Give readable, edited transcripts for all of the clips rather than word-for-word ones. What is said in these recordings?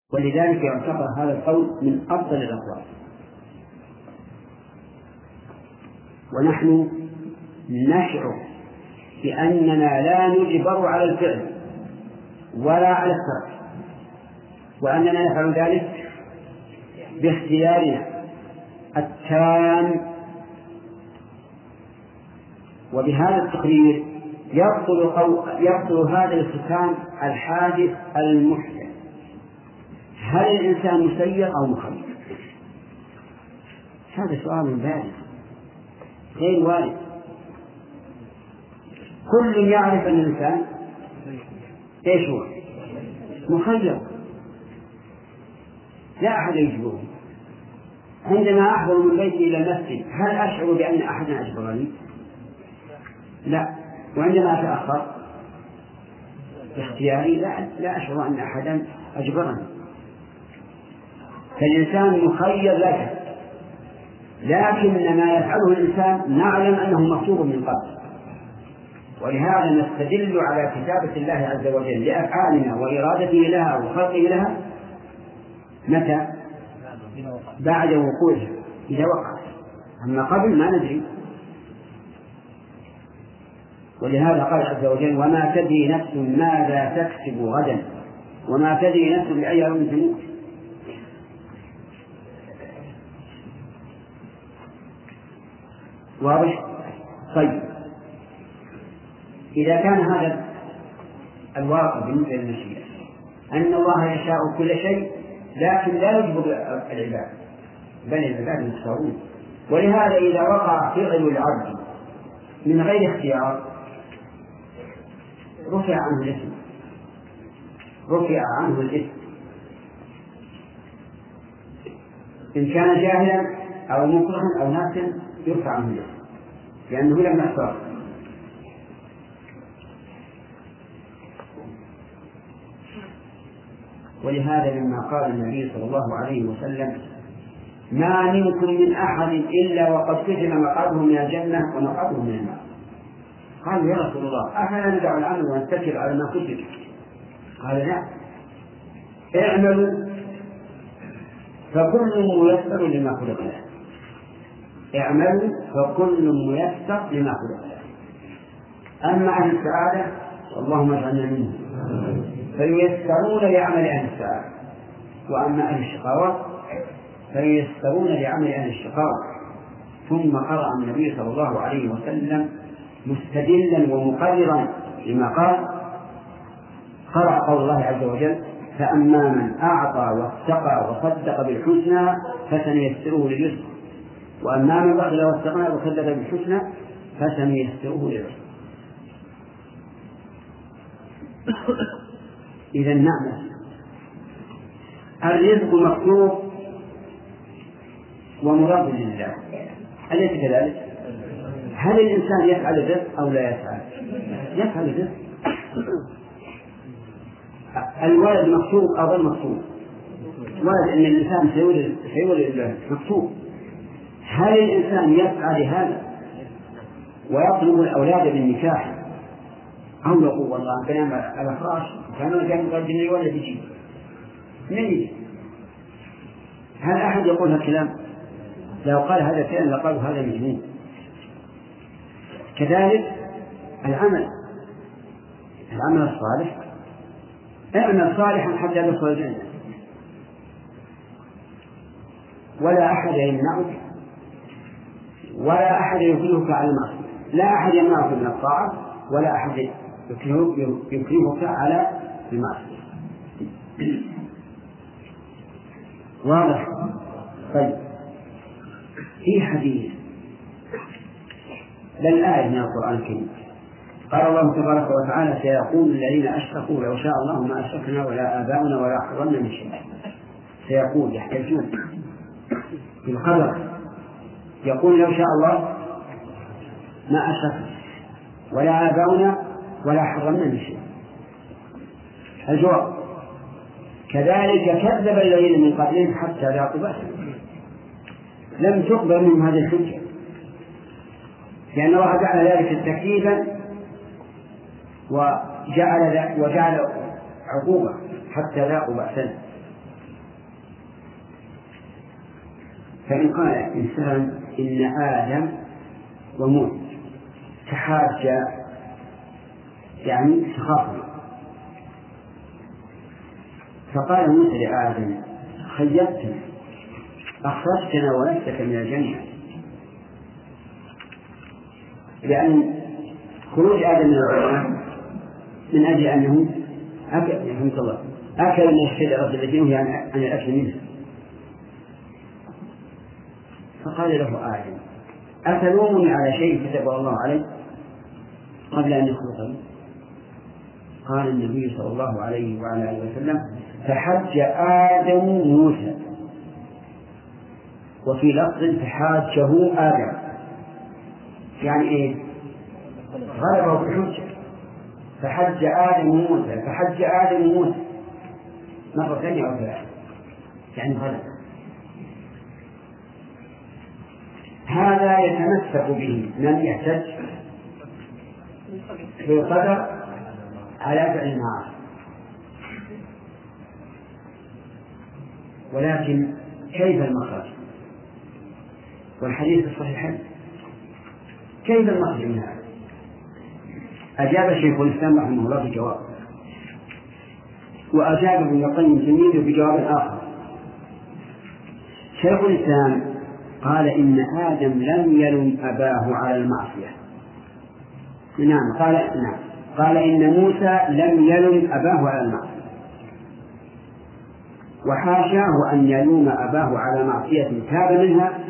ولذلك يعتبر هذا القول من أفضل الأقوال. ونحن نشعر بأننا لا نجبر على الفعل ولا على الترك، وأننا نفعل ذلك باختيارنا التام. وبهذا التقرير يبطل هذا الختام الحادث المحدث. هل الإنسان مسير أو مخير؟ هذا سؤال بارد غير وارد. كل يعرف أن الإنسان إيش هو مخير، لا أحد يجبره. عندما أحضر من بيتي إلى المسجد هل أشعر بأن أحدا أجبرني؟ لا. وعندما أتأخر باختياري لا أشعر أن أحدا أجبرني. فالإنسان مخير لا شك، لكن ما يفعله الإنسان نعلم أنه مكتوب من قبل. ولهذا نستدل على كتابة الله عز وجل لأفعالنا وإرادته لها وخلقه لها متى؟ بعد وقوعها إذا وقعت، أما قبل ما ندري. ولهذا قال عز وجل: وما تدري نفس ماذا تكسب غدا وما تدري نفس بأي يوم تموت. واضح؟ طيب، إذا كان هذا الواقع بالنسبة للمشيئة أن الله يشاء كل شيء لكن لا يجبر العباد، بل العباد مختارون. ولهذا إذا وقع فعل العبد من غير اختيار رفع عنه الإثم، رفع عنه الإثم إن كان جاهلا أو مكرها أو ناسا يرفع عنه الإثم لأنه لم يختار. ولهذا لما قال النبي صلى الله عليه وسلم: ما منكم من أحد إلا وقد كتب مقعده من الجنة ومقعده من النار، قالوا: يا رسول الله أفلا ندع العمل ونتكل على ما كتب؟ قال: لا، اعملوا فكل ميسر لما خلق له. اعملوا فكل ميسر لما خلق له. أما أهل السعادة اللهم اجعلنا منهم فييسرون لعمل أهل السعادة، وأما أهل الشقاوة فييسرون لعمل أهل الشقاوة. ثم قرأ النبي صلى الله عليه وسلم مستدلا ومقررا لما قال، قرأ قول الله عز وجل: فأما من أعطى واتقى وصدق بالحسنى فسنيسره لليسر، وأما من بخل واستغنى وكذب بالحسنى فسنيسره للعسر. إذا نعمل الرزق مكتوب ومراد لله، أليس كذلك؟ هل الإنسان يفعل الرزق أو لا يفعل؟ يفعل الرزق. الولد مكتوب أو غير مكتوب؟ ولد أن الإنسان سيولد مكتوب. هل الإنسان يسعى لهذا ويطلب الأولاد بالنكاح أو يقول والله بنام على فراش كانوا يقدم لي ولد يجي من يجي؟ هل أحد يقول هذا الكلام؟ لو قال هذا الكلام لقالوا هذا مجنون. كذلك العمل الصالح، اعمل صالحا حتى تدخل الجنة، ولا أحد يمنعك ولا أحد يكرهك على المعصية، لا أحد يمنعك من الطاعة ولا أحد يكرهك على المعصية. واضح؟ طيب، في حديث بل آية من القرآن الكريم قال الله تبارك وتعالى: سيقول الذين أشركوا لو شاء الله ما أشركنا ولا آباؤنا ولا حرمنا من شيء. سيقول، يحتجون في الخبر، يقول: لو شاء الله ما أشركنا ولا آباؤنا ولا حرمنا من شيء. الجواب: كذلك كذب الذين من قبلهم حتى ذاقوا بأسنا. لم تقبل منهم هذه الحجة، لأن الله جعل ذلك تكذيبا وجعل عقوبة حتى ذاقوا بأسنا. فإن قال إنسان إن آدم وموسى تحاجا يعني تخاصما، فقال موسى لآدم خيبتنا أخرجتنا ونفسك من الجنة، لأن خروج آدم من الجنة من أجل أنه أكل من الشجرة التي نهي عن الأكل منها. فقال له آدم أتلومني على شيء كتب الله عليه قبل أن يخلقني؟ قال النبي صلى الله عليه وعلى آله وسلم فحج آدم موسى، وفي لفظ فحاجه آدم، يعني إيه؟ غلبه بحجة. فحج آدم موسى، فحج آدم موسى مرة ثانية أو ثلاثة، يعني غلب. هذا يتمسك به من يحتج في القدر على فعل المعاصي. ولكن كيف المخرج؟ والحديث الصحيحين كيف المخرج من هذا؟ أجاب شيخ الإسلام رحمه الله بجواب، وأجاب ابن القيم تلميذه بجواب آخر. شيخ الإسلام قال إن آدم لم يلم أباه على المعصية. قال إن موسى لم يلم أباه على المعصية، وحاشاه أن يلوم أباه على معصية تاب منها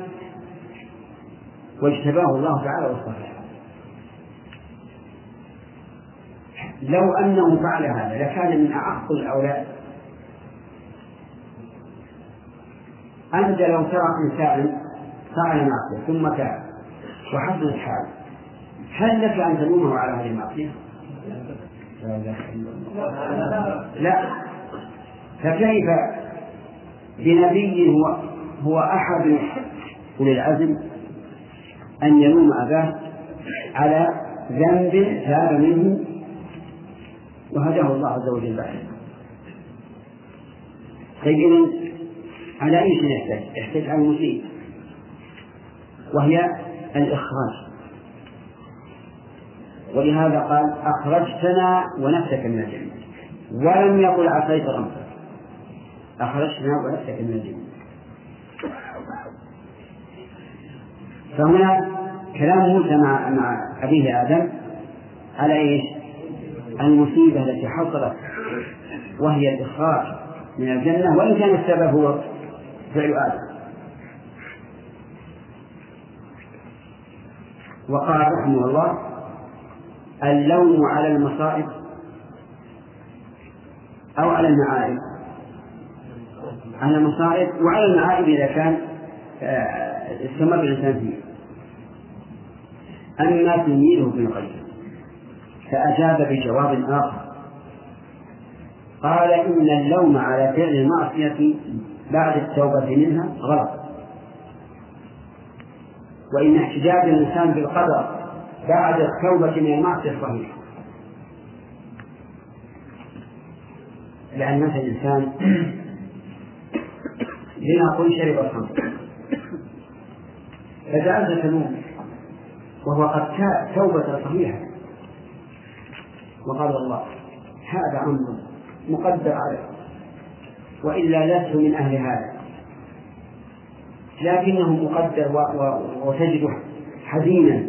واجتباه الله تعالى واصطفاه. لو أنه فعل هذا لكان من أعق الأولاد. أنت لو ترى إنسان فعل معصية ثم تاب وحسن الحال، هل لك أن تلومه على هذه المعصية؟ لا. فكيف بنبي هو أحد أولي العزم أن يلوم أباه على ذنب تاب منه وهداه الله عز وجل بعده؟ طيب على أي شيء يحتاج على المصيبة، وهي الإخراج. ولهذا قال أخرجتنا ونفسك من الجنة، ولم يقل عصيت ربك، أخرجتنا ونفسك من الجنة. فهنا كلام موسى مع أبيه آدم على إيش؟ المصيبة التي حصلت، وهي الإخراج من الجنة، وإن كان السبب هو فعل آدم. وقال رحمه الله اللوم على المصائب أو على المعائب، على المصائب وعلى المعائب إذا كان استمر الإنسان فيه. أما تلميذه ابن القيم فأجاب بجواب آخر، قال إن اللوم على فعل المعصية بعد التوبة منها غلط، وإن احتجاج الإنسان بالقدر بعد التوبة من المعصية صحيح. لأن مثل الإنسان لنقل شرب الخمر فجعلت تلوم وهو قد تاب توبة صحيحة، وقال الله هذا أمر مقدر عليه وإلا لست من أهل هذا، لكنه مقدر وتجد حزينا.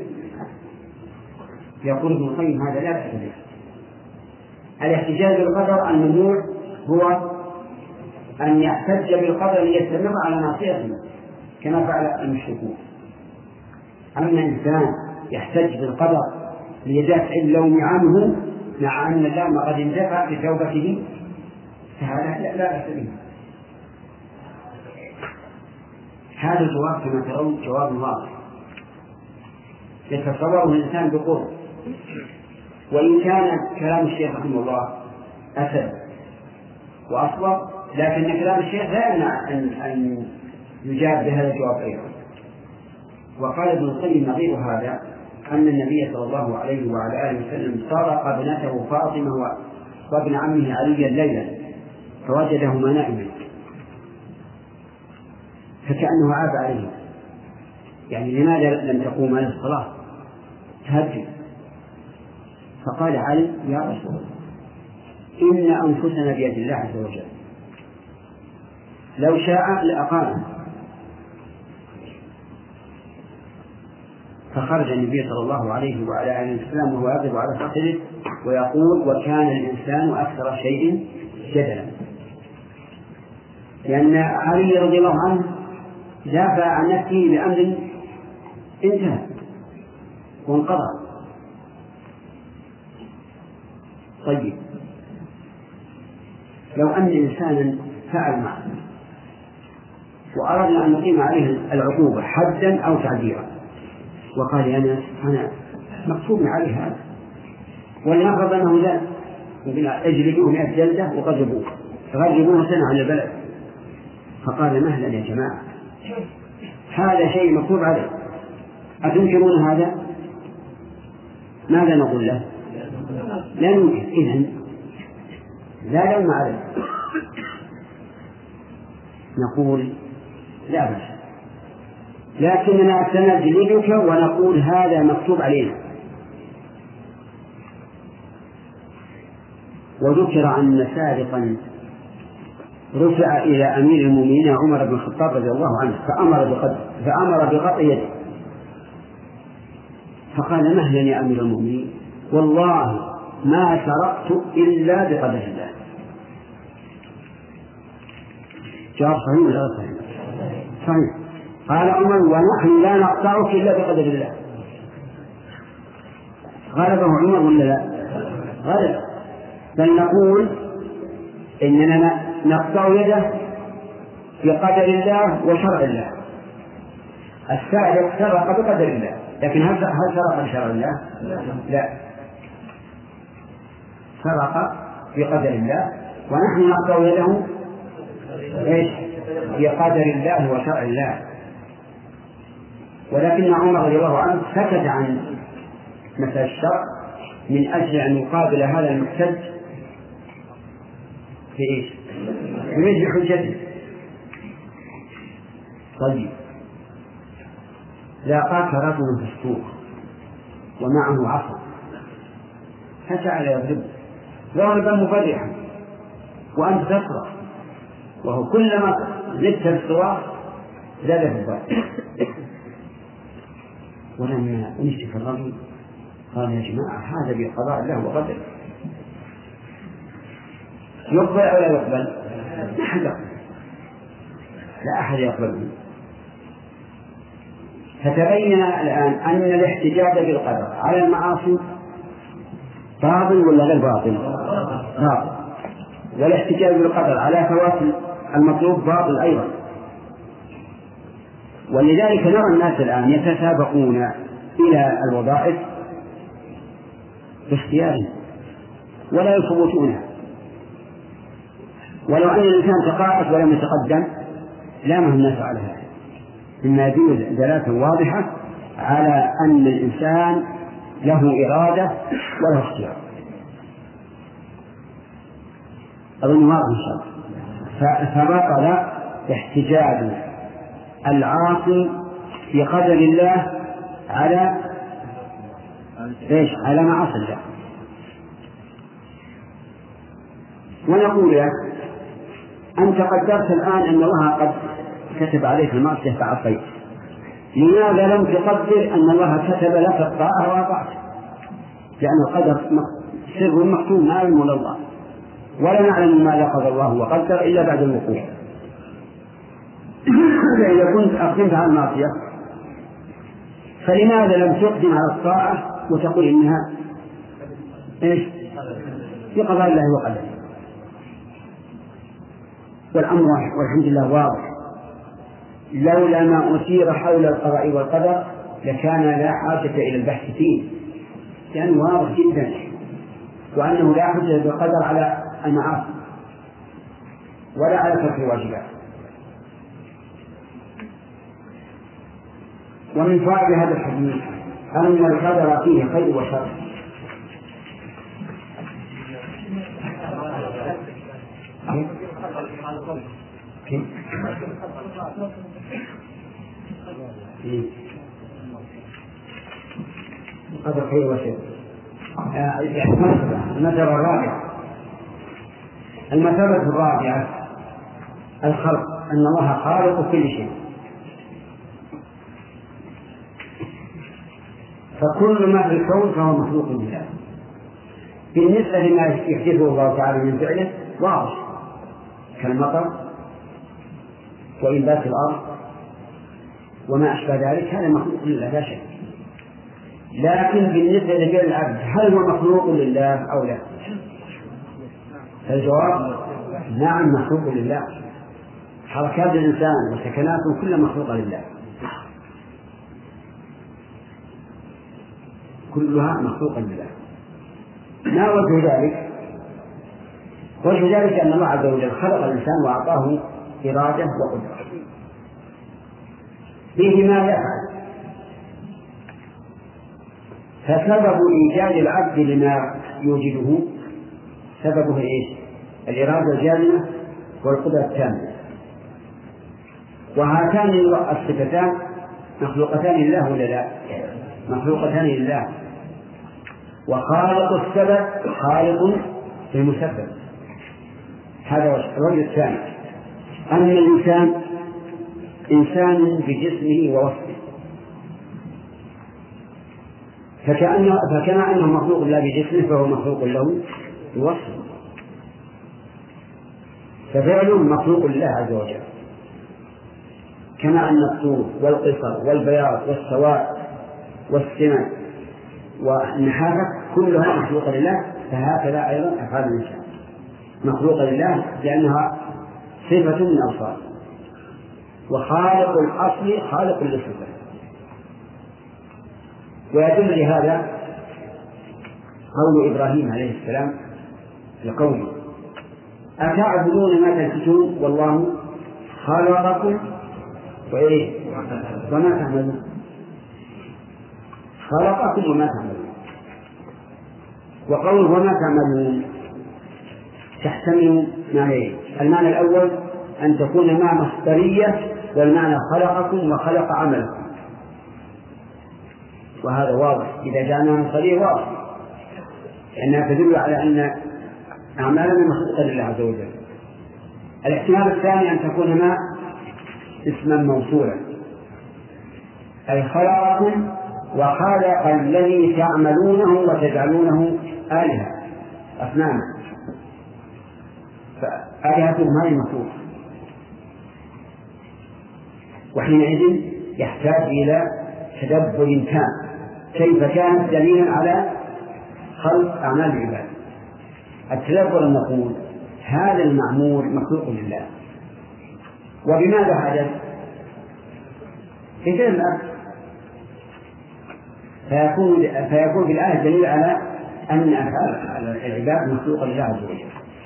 يقول ابن القيم هذا لا بأس به. الاحتجاج بالقدر الممنوع هو أن يحتج بالقدر ليستمر على معصيته كما فعل المشركون. أما إنسان يحتج بالقدر لدفع اللوم عنه مع أن اللوم قد اندفع بتوبته فهذا لا بأس به. هذا الجواب كما ترون جواب واضح يتصوره الإنسان بقرب، وإن كان كلام الشيخ رحمه الله أسد وأصوب، لكن كلام الشيخ لا يمنع أن يجاب بهذا الجواب أيضا. وقال ابن القيم نظير هذا أن النبي صلى الله عليه وعلى آله وسلم سرق ابنته فاطمة وابن عمه عليا ليلا فوجدهما نائما، فكأنه عاب عليه، يعني لماذا لم تقوم على الصلاة تهجد؟ فقال علي يا رسول الله إن أنفسنا بيد الله عز وجل، لو شاء لأقام. فخرج النبي صلى الله عليه وعلى آله وسلم وهو يضرب على فخذه ويقول وكان الإنسان أكثر شيء جدلا، لأن علي رضي الله عنه دافع عن نفسه بأمر انتهى وانقضى. طيب لو أن إنسانا فعل معصية وأردنا أن نقيم عليه العقوبة حدا أو تعزيرا، وقال أنا مكتوب عليه هذا، ولنفرض أنه لا اجلدوه 100 جلدة وقذبوه غربوه سنة على البلد، فقال مهلا يا جماعة هذا شيء مكتوب عليه أتنكرون هذا؟ ماذا نقول له؟ لا ننكر، إذن لا لوم عليه، نقول لا بأس، لكننا سنجلدك ونقول هذا مكتوب علينا. وذكر أن سابقا رفع إلى أمير المؤمنين عمر بن الخطاب رضي الله عنه فأمر بقطع يده، فقال مهلا يا أمير المؤمنين والله ما سرقت إلا بقدر الله. جواب صحيح ولا صحيح؟ صحيح. قال عمر ونحن لا نقطعك إلا بقدر الله. غلبه عمر ولا لا؟ غلب. بل نقول إننا نقطع يده بقدر الله وشرع الله. السارق سرق بقدر الله، لكن هل سرق بشرع الله؟ لا، سرق بقدر الله، ونحن نقطع يده بقدر الله وشرع الله. ولكن عمر رضي الله عنه سكت عن مثل الشرع من أجل أن يقابل هذا المحتج في إيش؟ بمثل حجته. طيب لاقاك رجل في السوق ومعه عصا فجعل يضربه ضربا مبرحا وأنت تسرق، وهو كلما زدت الصراخ زاد في الضرب. ولما نشف الرجل قال يا جماعة هذا بقضاء الله وقدره، يقبل أو لا يقبل؟ ما أحد يقبل، لا أحد يقبل. فتبين الآن أن الاحتجاج بالقدر على المعاصي باطل ولا غير باطل؟ باطل. والاحتجاج بالقدر على فوات المطلوب باطل أيضا. ولذلك نرى الناس الآن يتسابقون إلى الوظائف باختيارهم ولا يفوتونها، ولو أن الإنسان تقاعد ولم يتقدم لامه الناس على هذا، مما يدل دلالة واضحة على أن الإنسان له إرادة وله اختيار. أظن واضح إن شاء الله. فبطل احتجاج العاصي بقدر الله على على معاصي الله. ونقول لك أنت قدرت الآن أن الله قد كتب عليك المعصية فعصيت، لماذا لم تقدر أن الله كتب لك الطاعة وأطعت؟ لأن القدر سر مكتوب ما يعلم إلا الله، ولا نعلم ماذا قضى الله وقدر إلا بعد الوقوع. فإذا كنت أقدمت على المعصية فلماذا لم تقدم على الطاعة وتقول إنها بقضاء الله وقدره؟ والأمر والحمد لله واضح. لولا ما أثير حول القضاء والقدر لكان لا حاجة إلى البحث فيه، لأنه واضح جدا، وأنه لا حاجة بالقدر على المعاصي ولا على ترك الواجبات. ومن فوائد هذا الحديث أن القدر فيه خير وشر. هذا خير وشر. المثل الرابع، المثلة الرابعة الخلق، أن الله خالق كل شيء، فكل ما في الكون فهو مخلوق لله. بالنسبة لما يحدثه الله تعالى من فعله واضح، كالمطر وإنبات الأرض وما أشبه ذلك، هذا مخلوق لله لا شك. لكن بالنسبة لفعل العبد هل هو مخلوق لله أو لا؟ الجواب نعم مخلوق لله. حركات الإنسان وسكناته كلها مخلوقة لله، كلها مخلوقة لله. ما وجه ذلك؟ وجه ذلك أن الله عز وجل خلق الإنسان وأعطاه إرادة وقدرة فيه ما يفعل، فسبب إيجاد العبد لما يوجده سببه إيش؟ الإرادة الجازمة والقدرة التامة، وهاتان الصفتان مخلوقتان لله ولا لا؟ مخلوقتان لله. وخالق السبب خالق المسبب، هذا الوجه الثاني. أن الإنسان إنسان بجسمه ووصفه، فكما أنه مخلوق له بجسمه فهو مخلوق له بوصفه، ففعله مخلوق لله عز وجل، كما أن الطول والقصر والبياض والسواد والسمن والنحافة كلها مخلوقة لله، فهكذا أيضا أفعال الإنسان مخلوقة لله لأنها صفة من أوصافه، وخالق الأصل خالق للصفة. ويدل لهذا قول إبراهيم عليه السلام لقومه: أتعبدون ما تنحتون والله خلقكم وما تعملون. خلقكم وما تعملون. وقول وما تعملون تحتمل معنيين: المعنى الأول أن تكون مع مصدرية، والمعنى خلقكم وخلق عملكم، وهذا واضح إذا جاءنا مصدرية واضح، لأنها تدل على أن أعمالنا مخلوقة لله عز وجل. الاحتمال الثاني أن تكون ما اسما موصولا، أي خلقكم وخلق الذي تعملونه وتجعلونه آلهة أصناما، فآلهتهم هذه مخلوقة، وحينئذ يحتاج إلى تدبر تام كيف كانت دليلا على خلق أعمال العباد. التدبر نقول هذا المعمول مخلوق لله، وبماذا حدث؟ بفعل الأرض، فيكون في الآية دليل على أن أفعال العباد مخلوقة لله عز وجل.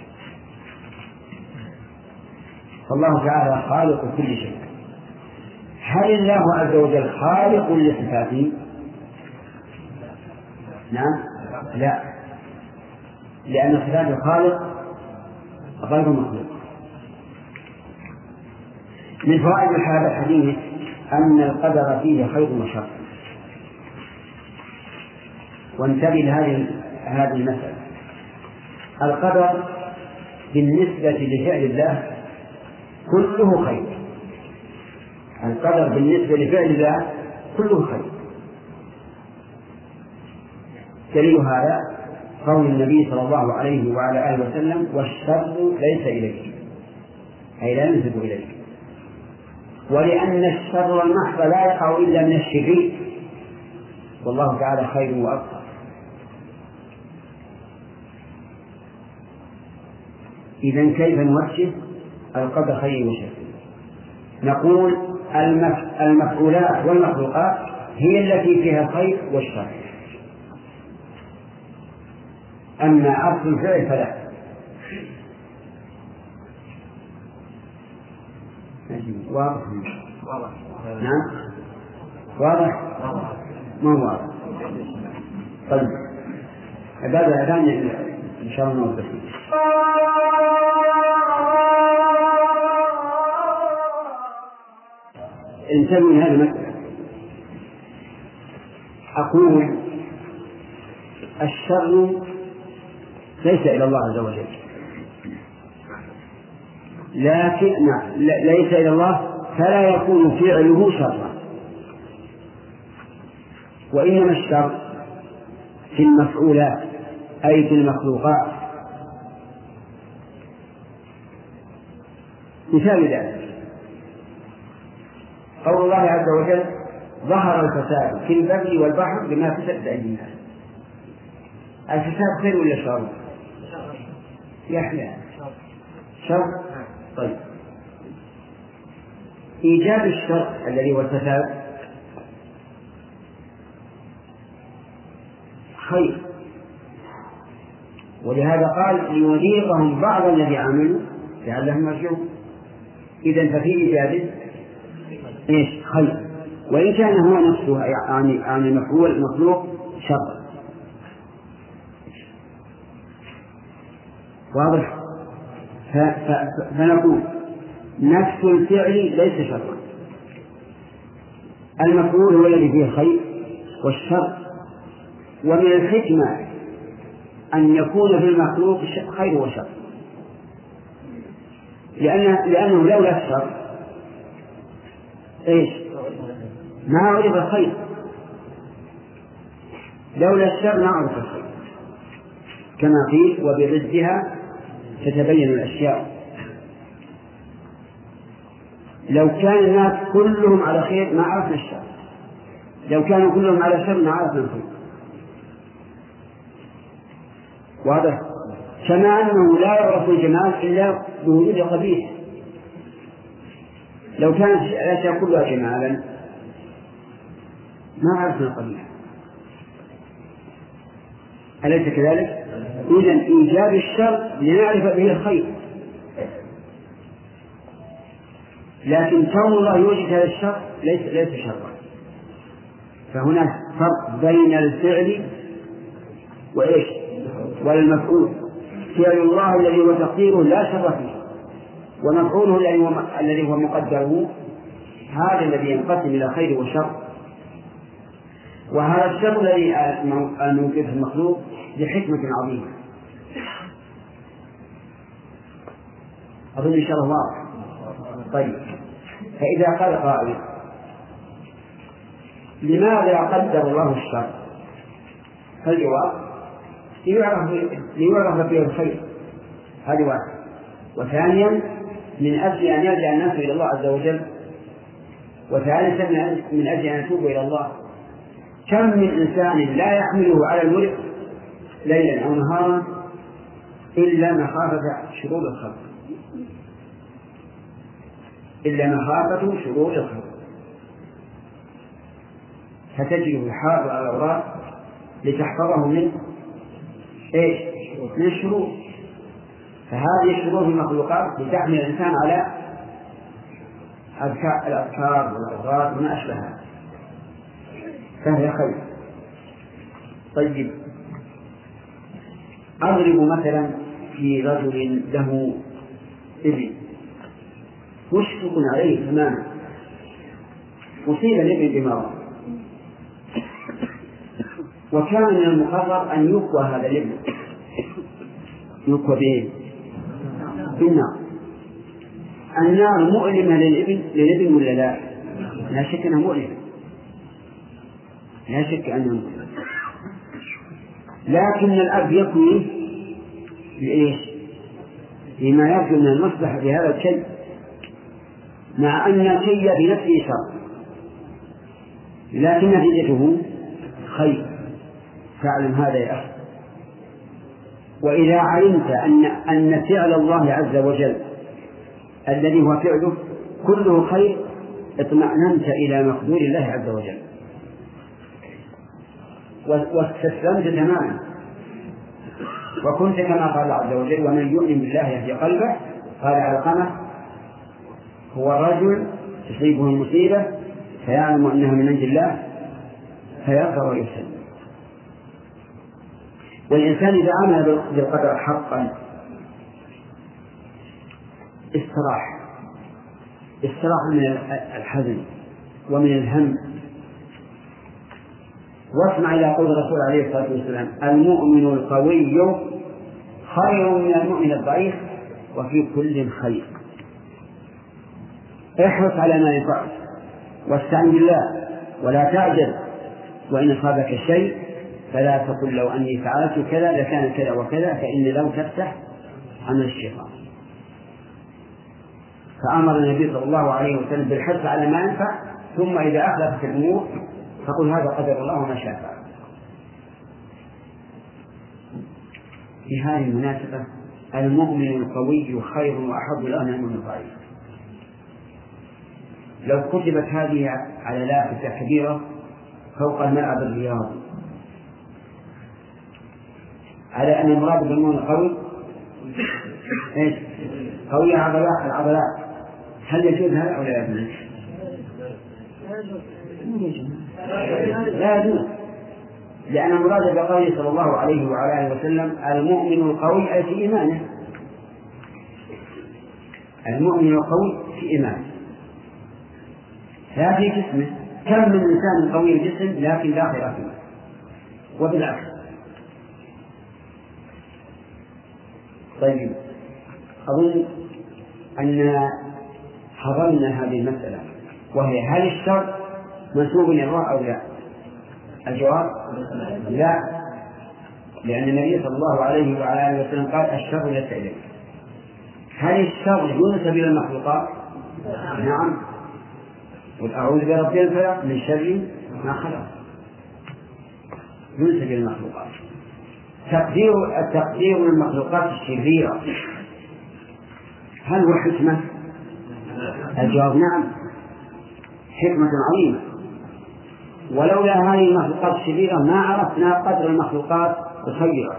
فالله تعالى خالق كل شيء. هل الله عز وجل خالق لصفاته؟ نعم، لا، لأن صفات الخالق غير مخلوق. من فوائد هذا الحديث أن القدر فيه خير وشر. وانتبه لهذه المسألة: القدر بالنسبة لفعل الله كله خير. القدر بالنسبة لفعل الله كله خير. دليل هذا قول النبي صلى الله عليه وعلى آله وسلم: والشر ليس إليك، أي لا ينسب إليك. ولأن الشر المحض لا يقع إلا من الشرير، والله تعالى خير وأبقى. إذن كيف نوجه القدر خير وشر؟ نقول المفعولات والمخلوقات هي التي فيها الخير والشر، أما أصل الفعل فلا. واضح؟ نعم، واضح؟ ما واضح؟ طيب، بعد الأذان إن شاء الله نوضح. انتبهوا لهذه المسألة. أقول الشر ليس إلى الله عز وجل، لكن ليس إلى الله فلا يكون فعله شرا، وإنما الشر في المفعولات أي في المخلوقات. مثال ذلك قول الله عز وجل ظهر الفساد في البر والبحر بما كسبت أيدي الناس. الفساد خير ولا شر؟ يحيى شر. طيب إيجاب الشر الذي هو الفساد خير، ولهذا قال ليذيقهم بعض الذي عملوا لعلهم يرجعون. إذن ففي إيجابه إيش؟ خير، وإن كان هو نفسه يعني المخلوق شر. واضح؟ فنقول نفس الفعل ليس شرا، المفعول هو الذي فيه الخير والشر. ومن الحكمة أن يكون في المخلوق خير وشر، لأنه لولا الشر إيش؟ ما عرف الخير، لولا الشر ما عرف الخير، كما قيل وبضدها تتبين الأشياء. لو كان الناس كلهم على خير ما عرفنا الشر، لو كانوا كلهم على شر ما عرفنا الخير. واضح؟ كما أنه لا يعرف الجمال إلا بوجود قبيح. لو كانت الأشياء كلها جمالا ما عرفنا القبيح، أليس كذلك؟ إذن إيجاب الشر لنعرف به الخير، لكن كون الله يوجد هذا الشر ليس شرا. فهناك فرق بين الفعل وإيش؟ والمفعول. فعل الله الذي هو تقديره لا شر فيه، ومفعوله الذي هو مقدره هذا الذي ينقسم إلى خير وشر. وهذا الشر الذي الموجود في المخلوق لحكمة عظيمة. أظن إن شاء الله واضح. طيب، فإذا قال قائل لماذا قدر الله الشر؟ فالجواب ليعرف فيه الخير، هذه واحد. وثانيا من أجل أن يرجع الناس إلى الله عز وجل، وثالثا من أجل أن يتوبوا إلى الله. كم من إنسان لا يحمله على الورع ليلا أو نهارا إلا مخافة شرور الخلق، فتجد يحافظ على الأوراق لتحفظه من إيش؟ من الشرور. فهذه الشرور في المخلوقات لتحمل الإنسان على الأذكار والأوراق وما أشبهها، فهي خير. طيب، أضرب مثلا في رجل له ابن مشفق عليه تماما، أصيب الابن بمرض، وكان من المقرر أن يكوى هذا الابن، يكوى بالنار. النار مؤلمة للابن ولا لا؟ لا شك أنها مؤلمة، لا شك أنها مؤلمة. لكن الأب يكوي لإيش؟ لما يرجو من المصلحة بهذا الشيء، مع أن الشيء بنفسه شر لكن نتيجته خير. فاعلم هذا يا أخي. وإذا علمت أن فعل الله عز وجل الذي هو فعله كله خير اطمأننت إلى مقدور الله عز وجل واستسلمت تماما، وكنت كما قال الله عز وجل ومن يؤمن بالله يهدي قلبه. قال علقمة هو رجل تصيبه المصيبة فيعلم أنها من عند الله فيغفر ويسلم. والإنسان إذا عمل بالقدر حقا استراح من الحزن ومن الهم. واسمع إلى قول الرسول عليه الصلاة والسلام: المؤمن القوي خير من المؤمن الضعيف وفي كل خير. احرص على ما ينفعك واستعن بالله ولا تعجل، وإن أصابك شيء فلا تقل لو أني فعلت كذا لكان كذا وكذا، فإن لو تفتح عمل الشيطان. فأمر النبي صلى الله عليه وسلم بالحرص على ما ينفع، ثم إذا أحدثت الأمور فقل هذا قدر الله وما شاء فعل. في هذه المناسبة المؤمن القوي خير وأحب له من المؤمن الضعيف. لو كتبت هذه على لافتة كبيرة فوق الملعب الرياضي على أن المراد بالمؤمن القوي إيش؟ قوي العضلات، هل يجوز هذا أو لا يجوز؟ لا يجوز، لأن المراد بقوله صلى الله عليه وعلى آله وسلم المؤمن القوي أي في إيمانه. المؤمن القوي في إيمانه لا في جسمه. كم من إنسان قوي الجسم لكن لا خير فيه، وبالعكس. طيب، أظن أن حضرنا هذه المسألة، وهي هل الشر منسوب إلى الله أو لا؟ الجواب لا، لأن النبي صلى الله عليه وعلى آله وسلم قال الشر ليس إليك. هل الشر ينسب إلى المخلوقات؟ نعم، قل أعوذ برب الفلق من شر ما خلق، ينسب إلى المخلوقات. التقدير للمخلوقات الشريرة هل هو حكمة؟ الجواب نعم، حكمة عظيمة، ولولا هذه المخلوقات الشريرة ما عرفنا قدر المخلوقات الخيرة.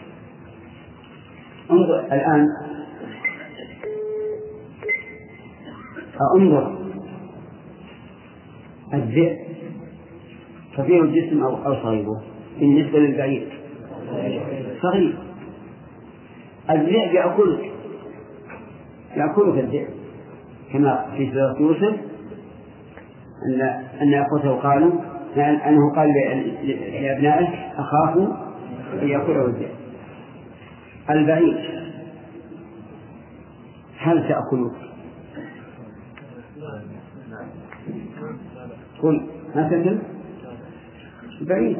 انظر الآن، انظر الذئب كبير الجسم أو صغيره بالنسبة للبعير؟ صغير. الذئب يأكلك الذئب، كما في سورة يوسف أن أخوته قالوا أنه قال لأبنائه أخافوا أن يأكله الذئب. البعير هل تأكله؟ قل ما تأكل البعير؟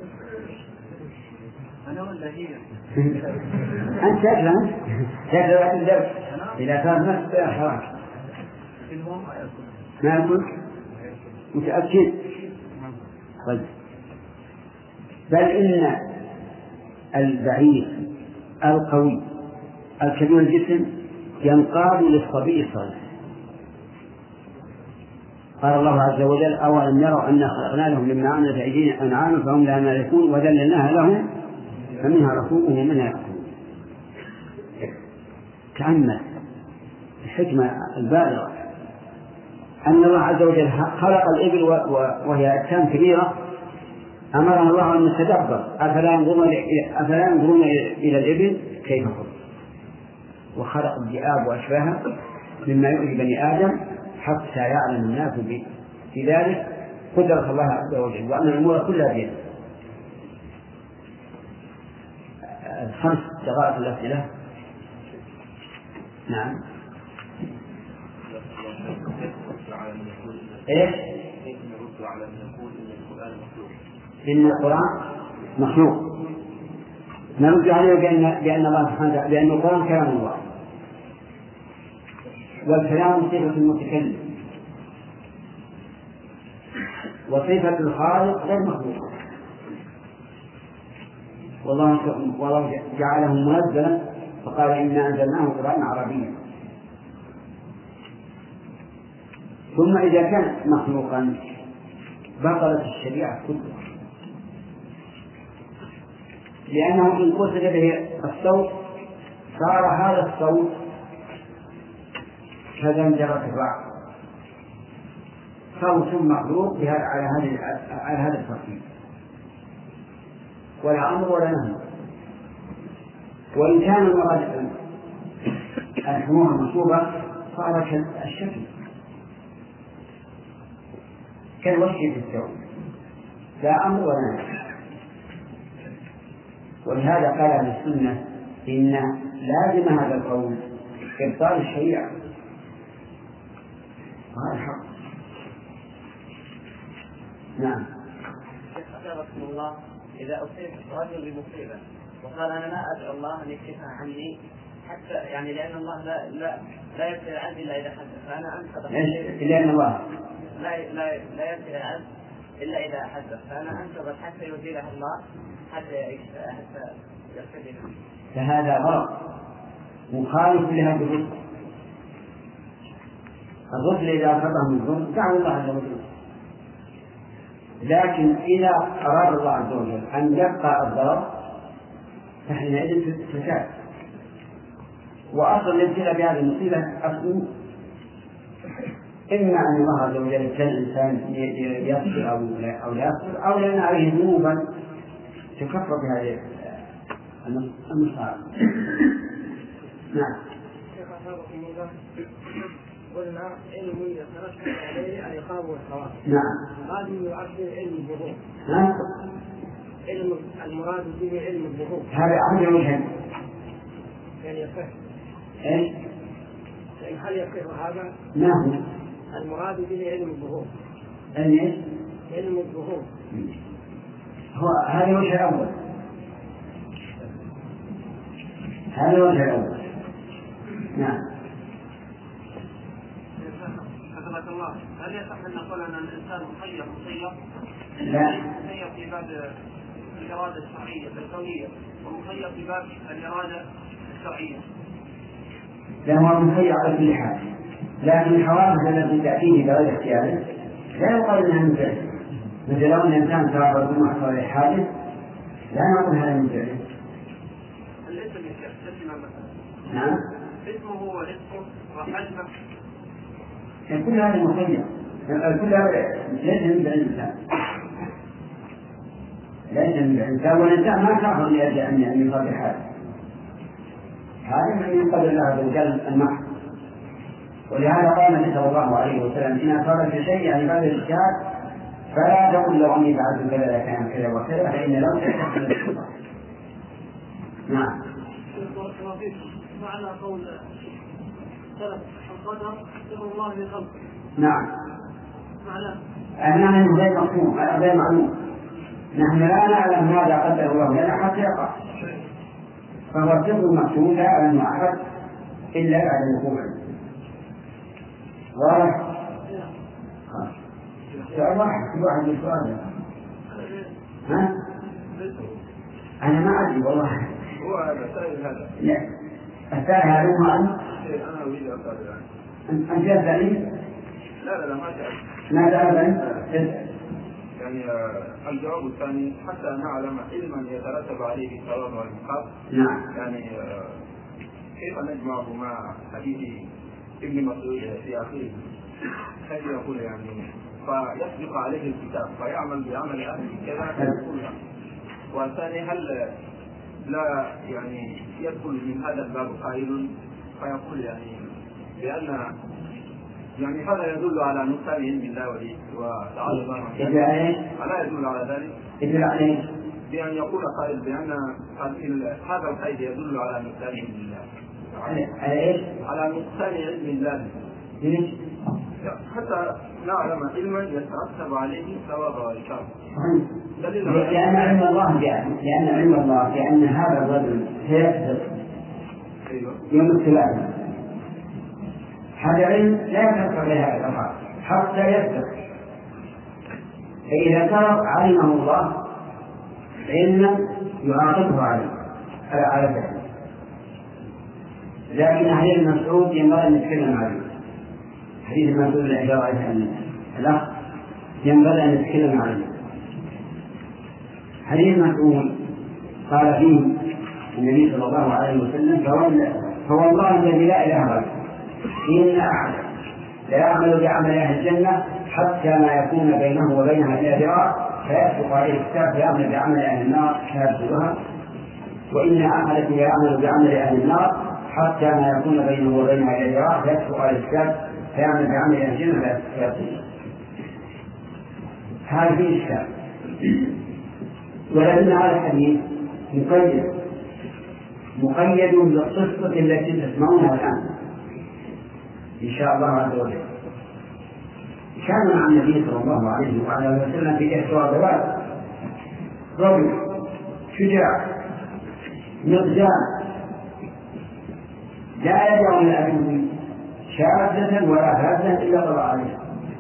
أنت تفهم الدرس إذا كان نفس حراك ما يأكل متأكد. طيب، بل إن البعير القوي الكبير الجسم ينقاد للصبي الصغير. قال الله عز وجل: أولم يروا أنا خلقنا لهم مما عملت أيدينا أنعاما فهم لها مالكون وذللناها لهم فمنها ركوبهم ومنها يأكلون. تأمل الحكمة البالغة أن الله عز وجل خلق الإبل وهي أجسام كبيرة، أمرنا الله أن نتدبر أفلا ينظرون إلى الإبل كيف خلق، وخلق الذئاب وأشباهها مما يؤذي بني آدم حتى يعلم الناس في ذلك قدرة الله عز وجل وأن الأمور كلها بيده. 5 دقائق الأسئلة. نعم. إيش؟ إن القرآن مخلوق. نرد عليه بأن الله سبحانه وتعالى بأن القرآن كلام الله، والكلام صفة المتكلم، وصفة الخالق غير مخلوق. والله جعله منزلا فقال إنا أنزلناه قرآنا عربيا. ثم إذا كان مخلوقا بطلت الشريعة كلها، لأنه إن قصد به الصوت صار هذا الصوت كزمجرة الرعد، صوت مخلوق على هذا الترتيب، ولا أمر ولا نهي. وإن كان المراد الحموم المنصوبة صار الشكل. كالوشي في الثوب لا أمر ولا نهي. ولهذا قال أهل السنة إن لازم هذا القول إبطال الشريعة، وهذا الحق. نعم. رسول الله إذا أصيب رجل بمصيبة وقال أنا لا أدعو الله أن يكشفها عني حتى يعني لأن الله لا يبتلي العبد إلا إذا حدث، فأنا أنتظر لأن الله لا يبتلي العبد إلا إذا حدث، فأنا أنتظر حتى يزيله الله حتى يرتدي. فهذا غلط مخالف لهذه الرسل. الرسل إذا أصابهم الظلم دعوا الله عز وجل، لكن إذا أراد الله عز وجل أن يبقى الضرر فحينئذ فساد. وأصل الابتلاء بهذه المصيبة أصل إما أن الله عز وجل يبتلي الإنسان يصبر أو لا يصبر، أو لأن عليه ذنوبا تكفر بهذه المصائب. نعم. قلنا علم يترتب عليه العقاب والثواب. نعم. هذا يعبر علم الظهور. المراد به علم الظهور. هذا أمر وجه. يعني يصح. إيش؟ يعني هل يصح هذا؟ نعم. المراد به علم الظهور. إيش؟ علم الظهور. هو هذا الوجه الأول. هذا الوجه الأول. نعم. حفظك الله، هل يصح أن نقول أن الإنسان مسير؟ لا. مسير في باب الإرادة الشرعية الكونية، ومسير في باب الإرادة الشرعية. لا، هو مسير على كل حال، لكن الحوادث التي تأتيه بغير اختياره لا يقال أنها من فعله. مثل لو أن الإنسان سافر ثم حصل عليه حادث لا نقول هذا من فعله. الاسم مثلا. نعم. اسمه ورزقه وحجمه. كل هذا مخير، كل هذا ليس من الإنسان، ليس من الإنسان، والإنسان ما سافر لأجل أن يصاب حادث. هذا من قدر الله عز وجل المحض. ولهذا قال النبي صلى الله عليه وسلم إن أصابك شيء يعني بعد الإشكال فلا تقل لو أني فعلت كذا لكان كذا وكذا، فإن لو تحصل الشيطان. نعم. معنى قول سلف القدر سر الله لخلقه. نعم. معناه أنه غير مفهوم غير معلوم. نحن لا نعلم ماذا قدر الله لنا حتى يقع، فهو سر مكتوب لا يعلم أحد إلا بعد وقوعه. واضح؟ سؤال واحد من سؤال. ها؟ أنا ما أدري والله. هو هذا سائل هذا. لا. السائل هذا هو أنت. أنا أريد أسأل أنت تسألني؟ لا ما سأل. ما سأل يعني الجواب الثاني حتى نعلم علما يترتب عليه الثواب والعقاب. نعم. يعني كيف نجمعه مع حديث ابن مسعود في آخره، حيث يقول يعني فيسبق عليه الكتاب فيعمل بعمل أهل كذا يقولها. والثاني هل لا يعني يدخل من هذا الباب قائل فيقول يعني بأن يعني هذا يدل على نقصان علم الله وتعالى الله ألا يدل على ذلك؟ يدل عليه بأن يقول قائل بأن هذا القيد يدل على نقصان علم الله. على إيش؟ على نقصان علم الله. ليش؟ حتى نعلم علما يترتب عليه ثواب وعقاب. لأن علم الله بأن هذا الرجل سيكسب يوم الثلاثاء، هذا علم لا يترتب عليه هذا الأمر حتى يكسب. فإذا ترك علمه الله علما يعاقبه على فعله. لكن حديث مسعود ينبغي أن نتكلم عليه. حديث مسعود الإحجار عليه الأخ ينبغي أن نتكلم عليه. حديث مسعود قال فيه النبي صلى الله عليه وسلم فوالله الذي لا إله غيره إن أحد لا يعمل بعمل أهل الجنة حتى ما يكون بينه وبينها إلا ذراع فيسبق عليه الكتاب فيعمل بعمل أهل النار فيدخلها، وإن أحدكم يعمل بعمل أهل النار حتى ما يكون بينه وبينها إلا ذراع فيسبق عليه الكتاب فيعمل بعمل أهل الجنة فيدخلها. هذه إشكال. ولكن هذا الحديث مقيد بالقصة التي تسمعونها الآن إن شاء الله عز وجل. كان مع النبي صلى الله عليه وعلى وسلم في إحدى الغزوات رجل شجاع مقدام لا يدع من العدو شاذة ولا هازة إلا قضى عليه.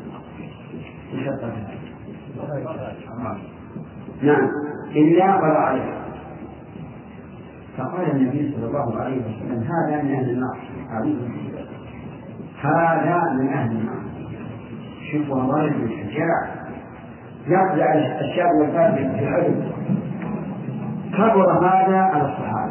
نعم إلا قضى عليه. فقال النبي صلى الله عليه وسلم هذا من أهل النار، هذا من أهل النار. شوفوا الله من الشجاع يقضي الشاب والفاسد في العدو. كبر هذا على الصحابة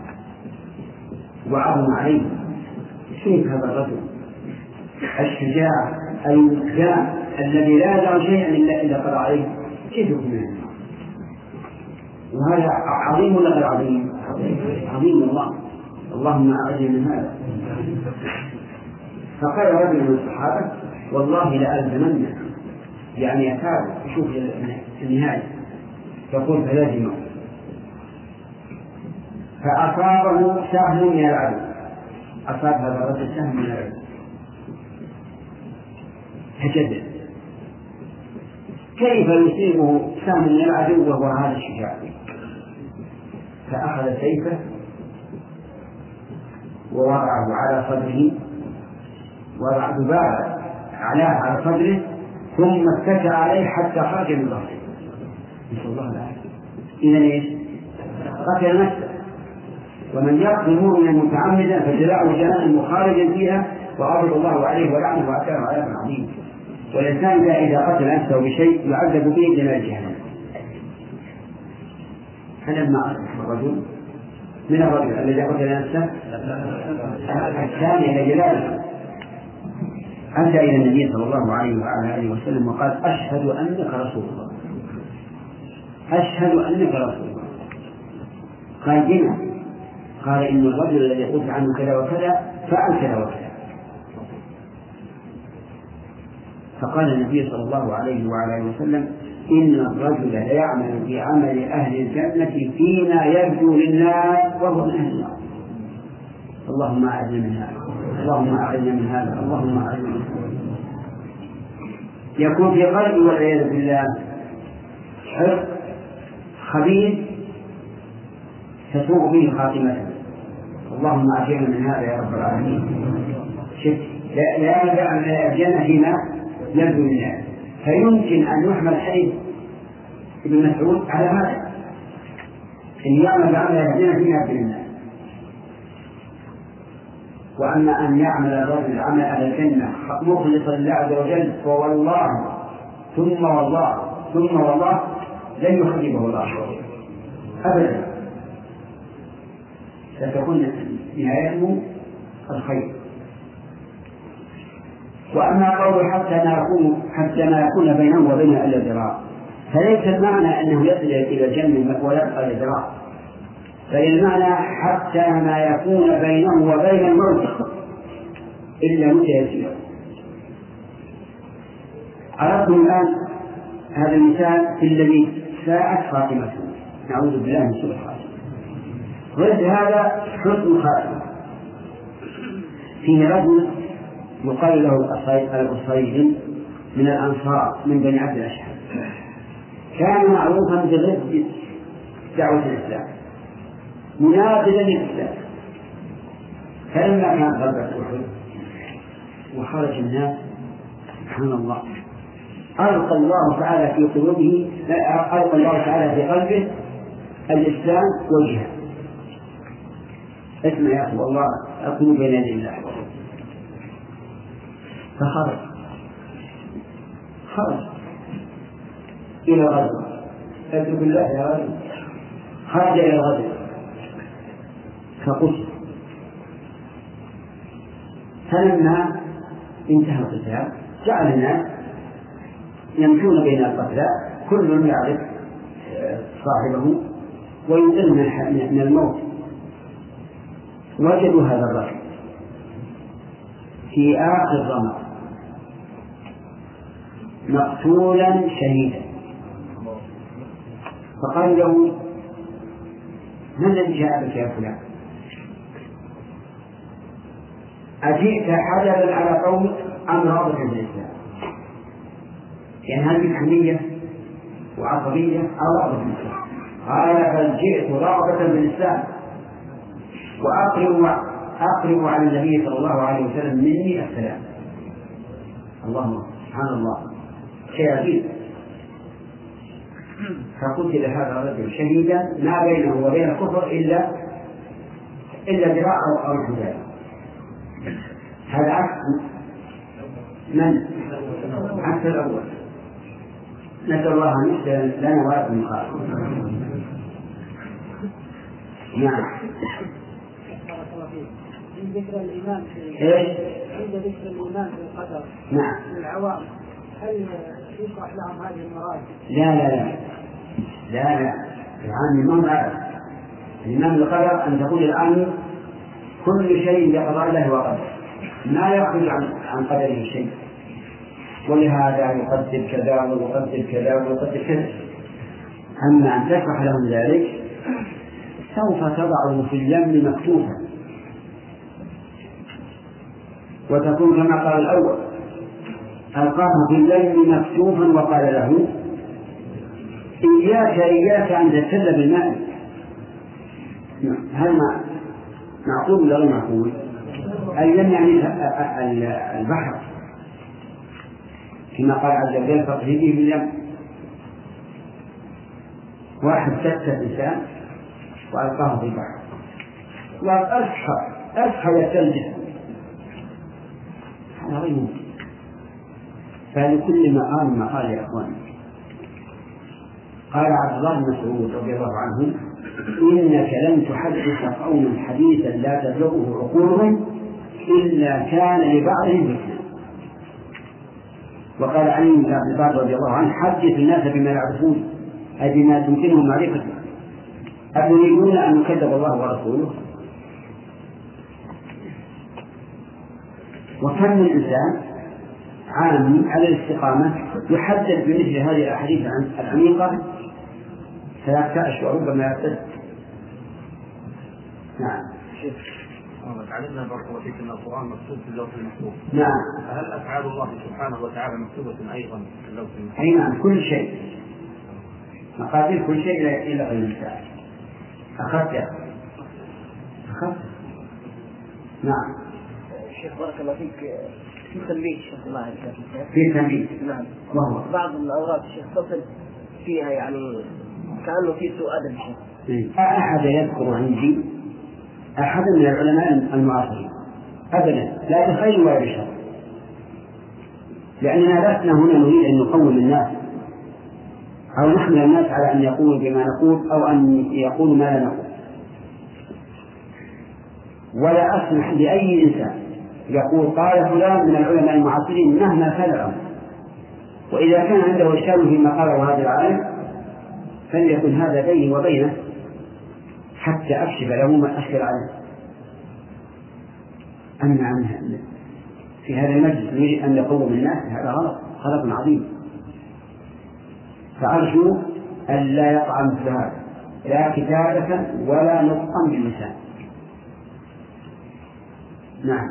وعظم عليه. كيف هذا الرجل الشجاع المقدام الذي لا يدع شيئا إلا قضى عليه كيف يكون من النار؟ وهذا عظيم ولا غير عظيم؟ عظيم الله. اللهم أعذنا من هذا. فقال رجل من الصحابة والله لألزمنه، يعني يكاد يشوف النهاية، يقول فلازمه. فأصابه سهم من العدو، أصاب هذا الرجل سهم من العدو فجد كيف يصيبه سهم من العدو وهو هذا الشجاع؟ فأخذ سيفه ووضعه على صدره، وضع ذبابة على صدره ثم اتكى عليه حتى خرج من ظهره. نسأل الله العافية. إذن إيش؟ قتل نفسه. ومن يقتل مؤمنا متعمدا فجزاؤه جهنم خالدا فيها وغضب الله عليه ولعنه وأكله عذابا عظيما. والإنسان إذا قتل نفسه بشيء يعذب به إلى جهنم. فلما أصبح الرجل من الرجل الذي قتل نفسه الثاني إلى جلاله أتى إلى النبي صلى الله عليه وعلى آله وسلم وقال أشهد أنك رسول الله، أشهد أنك رسول الله. قال بما؟ قال إن الرجل الذي قلت عنه كذا وكذا فعل كذا وكذا. فقال النبي صلى الله عليه وعلى آله وسلم إن الرجل ليعمل في عمل أهل الجنة فيما يرجو للناس وهو من أهل النار. اللهم أعذنا من هذا، اللهم أعذنا من هذا، اللهم أعذنا من هذا. يكون في قلبه والعياذ بالله حرص خبيث تسوء به خاتمته. اللهم أعذنا من هذا يا رب العالمين. لا يدع من الجنة فيما يرجو للناس. فيمكن أن يحمل حديث ابن مسعود على هذا، أن يعمل بعمل الجنة فيما يرجو للناس. وأما أن يعمل الرجل عمل أهل الجنة مخلصا لله عز وجل فوالله ثم والله ثم والله لن يخيبه الله أبدا، ستكون نهايته الخير. وأما قول حتى ما يكون بينه وبينه إلا ذراع، فليس المعنى أنه يصل إلى الجنة ويبقى ذراع، بل المعنى حتى ما يكون بينه وبين الموت إلا مدة يسيرة. عرفتم الآن هذا المثال في الذي ساءت خاتمته، نعوذ بالله من سوء الخاتمة. ضد هذا حسن خاتمة. فيه رجل يقال له الأصيل من الأنصار من بني عبد الأشهر، كان معروفا بضد دعوة الإسلام، مناقضا للإسلام. فلما كان غزوة أحد وخرج الناس سبحان الله ألقى الله تعالى في قلوبه، ألقى الله تعالى في قلبه الإسلام والجهاد. اسمع يا أخي والله أكون بين يدي الله. فخرج إلى الغزوة. أتوب بالله يا رجل. خرج إلى الغزوة فقتل. فلما انتهى القتال جعل الناس يمشون بين القتلى كل يعرف صاحبه وينقذ من الموت. وجدوا هذا الرجل في آخر رمض مقتولا شهيدا. فقال له: من الذي جاء بك يا فلان؟ أجئت حجبا على قومك أم رغبة في الإسلام؟ يعني هذه حمية وعصبية أو رغبة في الإسلام؟ قال: بل جئت رغبة في الإسلام وأقرب على النبي صلى الله عليه وسلم مني السلام. اللهم سبحان الله، شيء عجيب. فقتل هذا الرجل شهيدا ما بينه وبين الكفر إلا ذراع أو حجاب. هذا عكس من؟ عكس الأول. نسأل الله أن يحسن لنا ولكم الخير. نعم. عند ذكر الإيمان في القدر. نعم. العوام هل يشرح لهم هذه المراتب؟ لا العام ما هو الإيمان بالقدر أن تقول العام كل شيء بقضاء الله وقدره، ما يخرج عن قدره شيء، ولهذا يقدر كذا ويقدر كذا ويقدر كذا. أما أن تشرح لهم ذلك سوف تضعه في اليم مكتوفا، وتكون كما قال الأول: ألقاه في اليم مكتوفا وقال له: إياك أن تبتل بالماء. هل معقول ولا غير معقول؟ اليم يعني البحر، كما قال عز وجل: فاقذفيه باليم. واحد سكت إنسان وألقاه في البحر وأسحب الثلج، هذا غير ممكن. فلكل مقال يا أخوان. قال عبد الله بن مسعود رضي الله عنه: إنك لن تحدث قوما حديثا لا تبلغه عقولهم إلا كان لبعضهم فتنة. وقال علي بن أبي طالب رضي الله عنه: حدث الناس بما يعرفون، أي بما تمكنهم معرفته. أتريدون أن يكذب الله ورسوله؟ وكم من إنسان عام على الاستقامة يحدث بمثل هذه الأحاديث العميقة فيرتعش وربما يرتد. نعم. تعلمنا بارك الله فيك أن القرآن مكتوب في اللوح المحفوظ. نعم. فهل أفعال الله سبحانه وتعالى مكتوبة أيضا في اللوح المحفوظ؟ أي نعم، كل شيء، مقادير كل شيء إلى غير الإنسان. أخذت. نعم. الشيخ بارك الله فيك، في تنبيه شيخ الله عليك. في تنبيه. نعم. وهو بعض الأوراق الشيخ تصل فيها يعني كأنه في سوء أدب الشيخ. أحد يذكر عندي أحد من العلماء المعاصرين أبدا، لا بخير ولا بشر، لأننا لسنا هنا نريد أن نقوم الناس أو نحمل الناس على أن يقولوا بما نقول أو أن يقولوا ما لا نقول. ولا أسمح لأي إنسان يقول قال فلان من العلماء المعاصرين مهما كان الأمر، وإذا كان عنده إشكال فيما قاله هذا العالم فليكن هذا بيني وبينه حتى أكشف له ما أشكل عليه. أما عنها في هذا المجلس نريد أن نقوم الناس، هذا غلط عظيم. فأرجو أن لا يقع مثل هذا، لا كتابة ولا نطقا باللسان. نعم.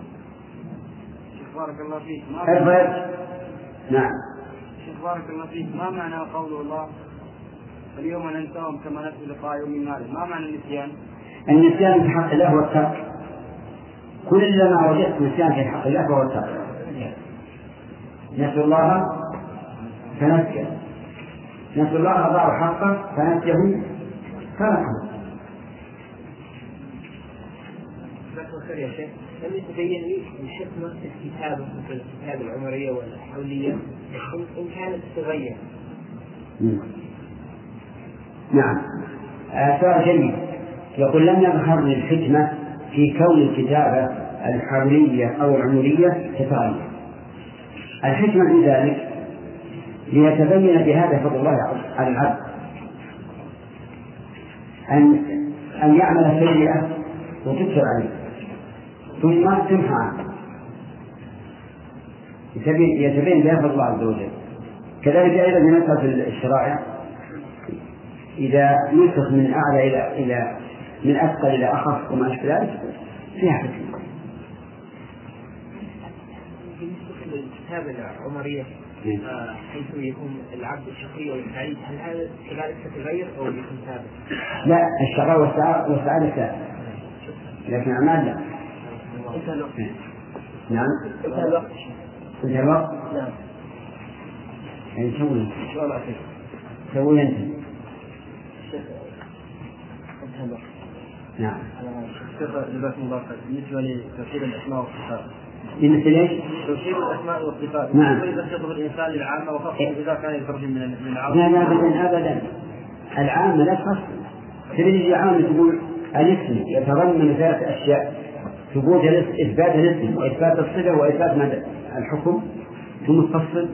بارك الله فيك. نعم. بارك الله فيك، ما معنى قول الله: اليوم ننساهم كما نسوا لقاء يوم مالك؟ ما معنى النسيان؟ النسيان في حق الله هو الترك. كلما وجدت نسيان في حق الله فهو الترك. نسوا الله فنسيه، نسوا الله أضاعوا حقه فنسيه تركه. يا شيخ، لم يتبين لي الحكمة في الكتابة مثل الكتابة العمرية والحولية إن كانت تغير. نعم. سؤال جيد. يقول: لم يظهر لي الحكمة في كون الكتابة الحولية أو العمرية تتغير. الحكمة في ذلك ليتبين بهذا فضل الله على العبد أن يعمل سيئة وتكثر عليه ثم تمحى عنه، يتبين بها فضل الله عز وجل. كذلك أيضا في مسألة الشرائع إذا نسخ من أعلى إلى من أثقل إلى أخف وما أشبه ذلك فيها حكمة. بالنسبة للكتابة العمرية حيث يكون العبد الشقي والسعيد، هل هذا كذلك تتغير أو يكون ثابت؟ لا، الشقاء والسعادة ثابت، لكن أعمال لا. نعم. انتهى الوقت. نعم. يعني سوي أنت. نعم. جزاكم الله خير. بالنسبة لتوحيد الأسماء والصفات. بالنسبة ليش؟ توحيد الأسماء والصفات. نعم. إذا يخاطب الإنسان للعامة وخاصة إذا كان يترجم من العرب. لا أبدا. العامة لا تخص. تريد عامة تقول الاسم يتضمن 3 أشياء: ثبوت إثبات الاسم وإثبات الصفة وإثبات الحكم، ثم تفصل.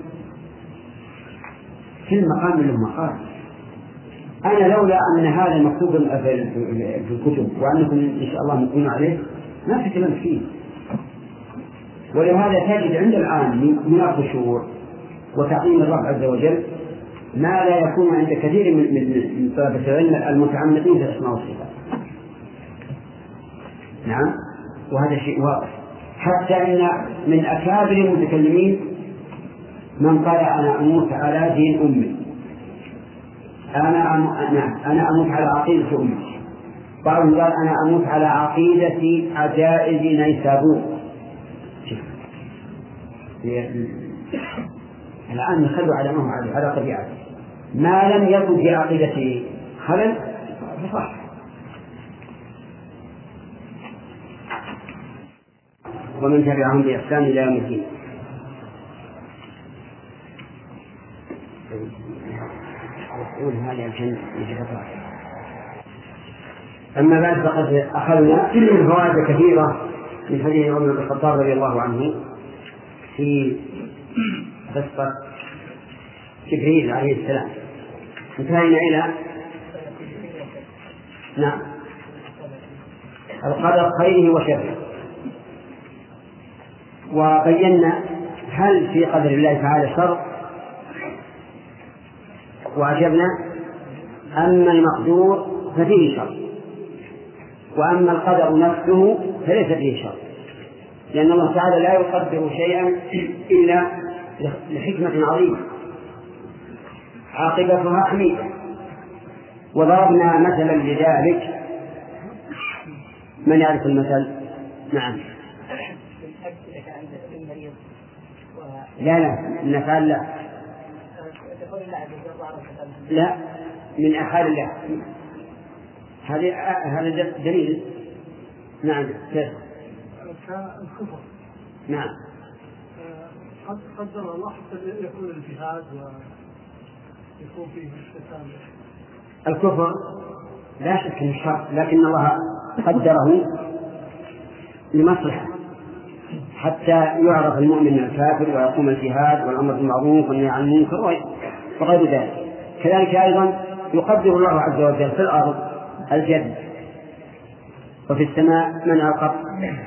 كل مقام له مقام. أنا لولا أن هذا مكتوب في الكتب وأنكم إن شاء الله مقيمون عليه ما تكلمت فيه. ولهذا تجد عند العام من الخشوع وتعظيم الرب عز وجل ما لا يكون عند كثير من طلبة العلم المتعمقين في الأسماء والصفات. نعم، وهذا شيء واضح. حتى إن من أكابر المتكلمين من قال أنا أموت على دين أمي، أنا أموت على عقيدة أمي. بعضهم قال أنا أموت على عقيدة عجائز نيسابور. الآن نخلوا على ما على طبيعته، ما لم يكن في عقيدته خلل فصح. ومن تبعهم بإحسان إلى يوم الدين. يقول هذا عشان يجي خطأ. أما بعد فقد أخذنا فوائد كثيرة من حديث عمر بن الخطاب رضي الله عنه في قصة جبريل عليه السلام. انتهينا إلى نعم القدر خيره وشره، وبينا هل في قدر الله تعالى شر وأجبنا أما المقدور ففيه شر، وأما القدر نفسه فليس فيه شر، لأن الله تعالى لا يقدر شيئا إلا لحكمة عظيمة عاقبتها حميدة. وضربنا مثلا لذلك، من يعرف المثل؟ نعم. لا النفعل لا من أحال الله. هذا دليل. نعم. الكفر. نعم. قد قدر الله حتى يكون الجهاد ويكون فيه القتال. الكفر لا شك من الشر، لكن الله قدره لمصلحة حتى يعرف المؤمن من الكافر ويقوم الجهاد والأمر بالمعروف والنهي عن المنكر وغير ذلك. كذلك أيضا يقدر الله عز وجل في الأرض الجد وفي السماء منع القطر،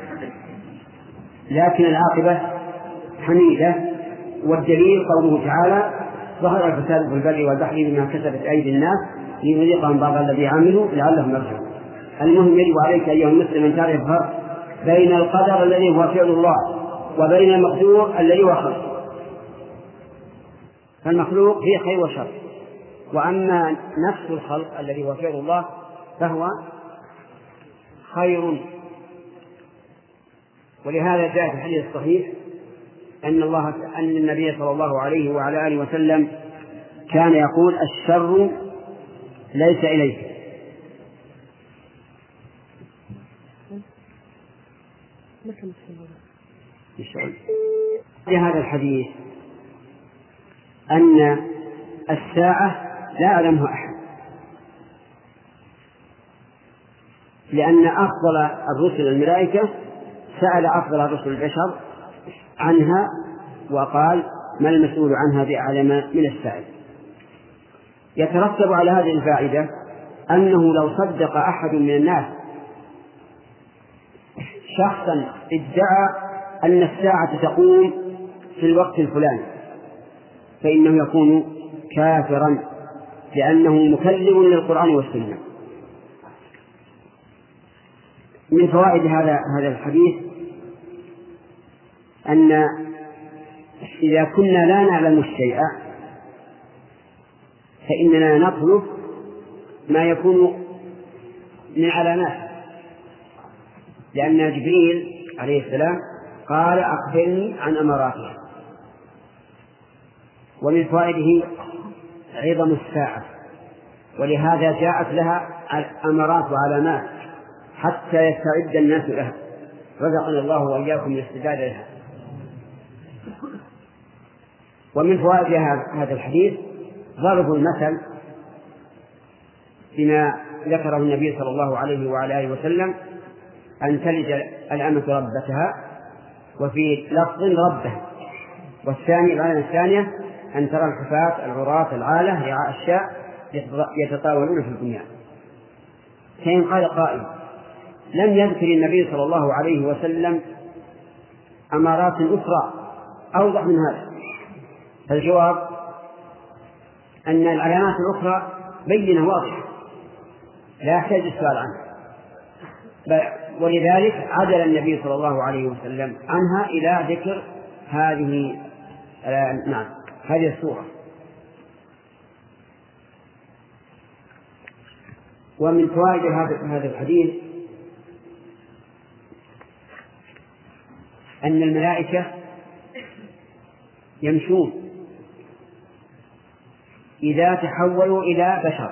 لكن العاقبة حميدة. والدليل قوله تعالى: ظهر الفساد في البر والبحر بما كسبت أيدي الناس ليذيقهم بعض الذي عملوا لعلهم يرجعون. المهم يجب عليك أيها المسلم أن تعرف الفرق بين القدر الذي هو فعل الله وبين المقدور الذي هو خلق. فالمخلوق فيه خير وشر، وأما نفس الخلق الذي هو فعل الله فهو خير. ولهذا جاء في الحديث الصحيح أن النبي صلى الله عليه وعلى آله وسلم كان يقول: الشر ليس إليك. هذا الحديث أن الساعة لا يعلمها أحد، لأن أفضل الرسل الملائكة سأل أفضل الرسل البشر عنها وقال: ما المسؤول عنها بأعلم من السائل. يترتب على هذه الفائدة أنه لو صدق أحد من الناس شخصا ادعى أن الساعة تقوم في الوقت الفلاني فإنه يكون كافرا لأنه مكذب للقرآن والسنة. من فوائد هذا الحديث أن إذا كنا لا نعلم الشيء فإننا نطلب ما يكون من علامات، لأن جبريل عليه السلام قال أخبرني عن أماراتها. ومن فوائده عظم الساعة، ولهذا جاءت لها أمارات وعلامات حتى يستعد الناس لها، رزقنا الله وإياكم الاستعداد لها. ومن فوائد هذا الحديث ضرب المثل بما ذكره النبي صلى الله عليه وعلى آله وسلم أن تلد الأمة ربتها، وفي لفظ ربه، والعلامة الثانية أن ترى الحفاة العراة العالة رعاء الشاء يتطاولون في البنيان. فإن قال قائل لم يذكر النبي صلى الله عليه وسلم أمارات أخرى أوضح من هذا، فالجواب أن العلامات الأخرى بينة واضحة لا يحتاج السؤال عنها، ولذلك عدل النبي صلى الله عليه وسلم عنها إلى ذكر هذه السورة. ومن فوائد هذا الحديث أن الملائكة يمشون إذا تحولوا إلى بشر،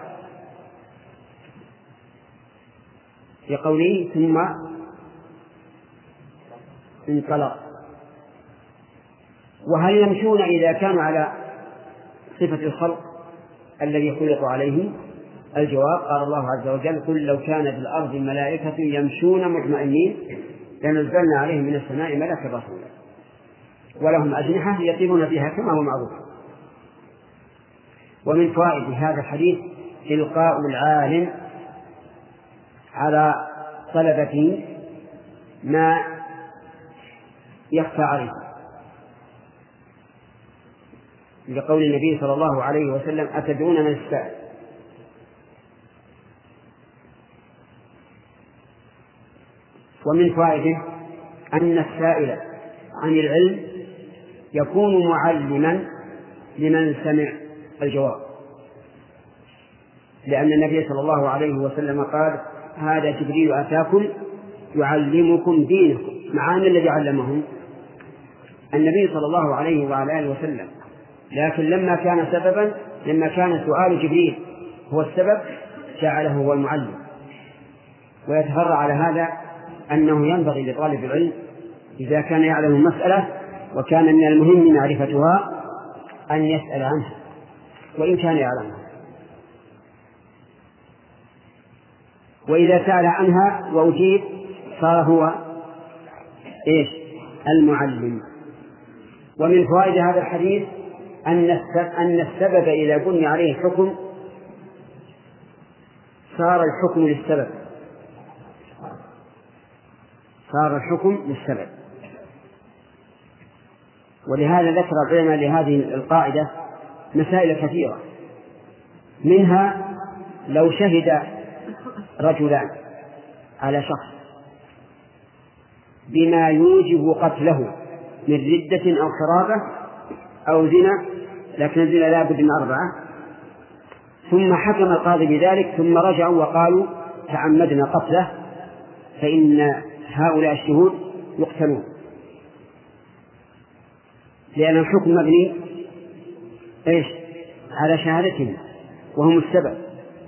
لقوله ثم انطلق. وهل يمشون إذا كانوا على صفة الخلق الذي خلقوا عليه؟ الجواب قال الله عز وجل قل لو كان في الأرض ملائكة يمشون مطمئنين لنزلنا عليهم من السماء ملكا رسولا ولهم أجنحة يطيرون بها كما هو معروف. ومن فوائد هذا الحديث إلقاء العالم على طلبته ما يخفى عليه، لقول النبي صلى الله عليه وسلم أتدرون من السائل؟ ومن فوائده أن السائل عن العلم يكون معلما لمن سمع الجواب، لأن النبي صلى الله عليه وسلم قال هذا جبريل أتاكم يعلمكم دينكم، مع أن الذي علمهم النبي صلى الله عليه وعلى آله وسلم، لكن لما كان سؤال جبريل هو السبب جعله هو المعلم. ويتفرع على هذا أنه ينبغي لطالب العلم إذا كان يعلم مسألة وكان من المهم معرفتها أن يسأل عنها وإن كان يعلمها، وإذا سأل عنها وأجيب صار هو المعلم. ومن فوائد هذا الحديث أن السبب إذا بني عليه الحكم صار الحكم للسبب. ولهذا ذكر العلماء لهذه القاعدة مسائل كثيرة، منها لو شهد رجلان على شخص بما يوجب قتله من ردة أو حرابة أو زنا، لكن الزنا لا بد من 4، ثم حكم القاضي بذلك ثم رجعوا وقالوا تعمدنا قتله، فإن هؤلاء الشهود يقتلون، لأن الحكم مبني على شهادتهم وهم السبب.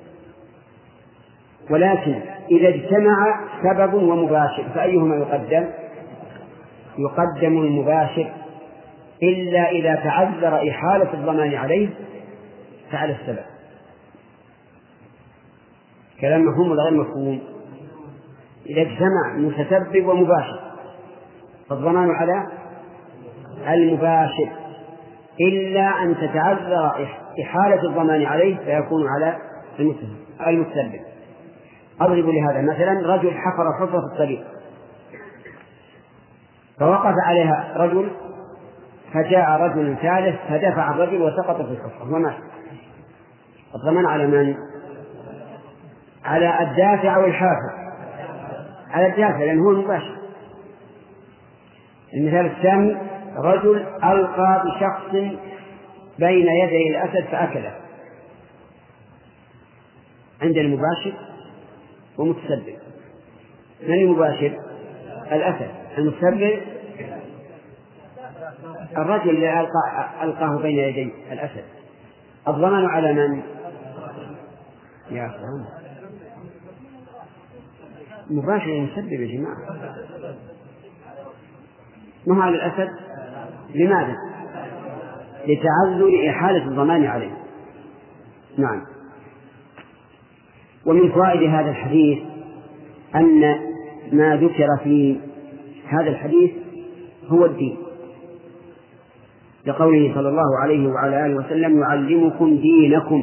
ولكن إذا اجتمع سبب ومباشر فأيهما يقدم المباشر، إلا إذا تعذر إحالة الضمان عليه فعلى السبب. كلام مفهوم ولا غير مفهوم؟ إذا اجتمع متسبب ومباشر فالضمان على المباشر، إلا أن تتعذر إحالة الضمان عليه فيكون على المتسبب. أضرب لهذا مثلا رجل حفر حفرة في الطريق فوقف عليها رجل فجاء رجل ثالث فدفع الرجل وسقط في الحفرة ومات. الضمان على من؟ على الدافع أو الحافر؟ على الدافع لأنه هو المباشر. المثال الثاني رجل ألقى بشخص بين يدي الأسد فأكله، عند المباشر ومتسبب. من المباشر؟ الأسد. المتسبب الرجل اللي ألقاه بين يدي الأسد. الضمان على من؟ يا سلام، مباشر المسبب يا جماعة، ما هو على الأسد. لماذا؟ لتعذر إحالة الضمان عليه. نعم. ومن فوائد هذا الحديث أن ما ذكر في هذا الحديث هو الدين، لقوله صلى الله عليه وعلى آله وسلم يعلمكم دينكم،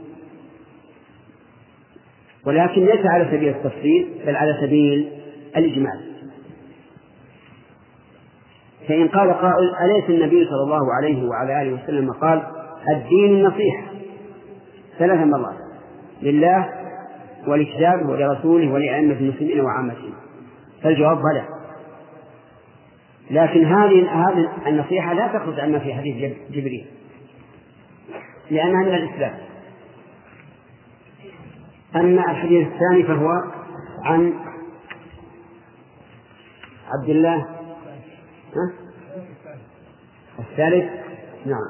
ولكن ليس على سبيل التفصيل بل على سبيل الإجمال. فإن قال قائل أليس النبي صلى الله عليه وعلى آله وسلم قال الدين النصيحة 3 مرات لله ولكتابه ولرسوله ولأئمة المسلمين وعامتهم؟ فالجواب بلى، لكن هذه النصيحة لا تخرج عما في حديث جبريل لأنها من الإسلام. أما الحديث الثاني فهو عن عبد الله الثالث. نعم.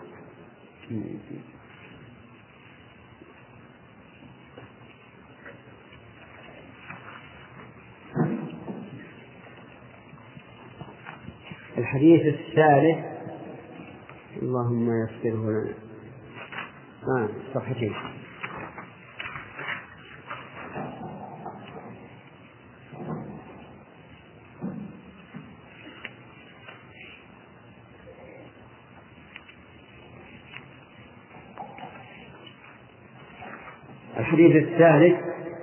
الحديث الثالث اللهم يسره لنا صفحتين. الحديث الثالث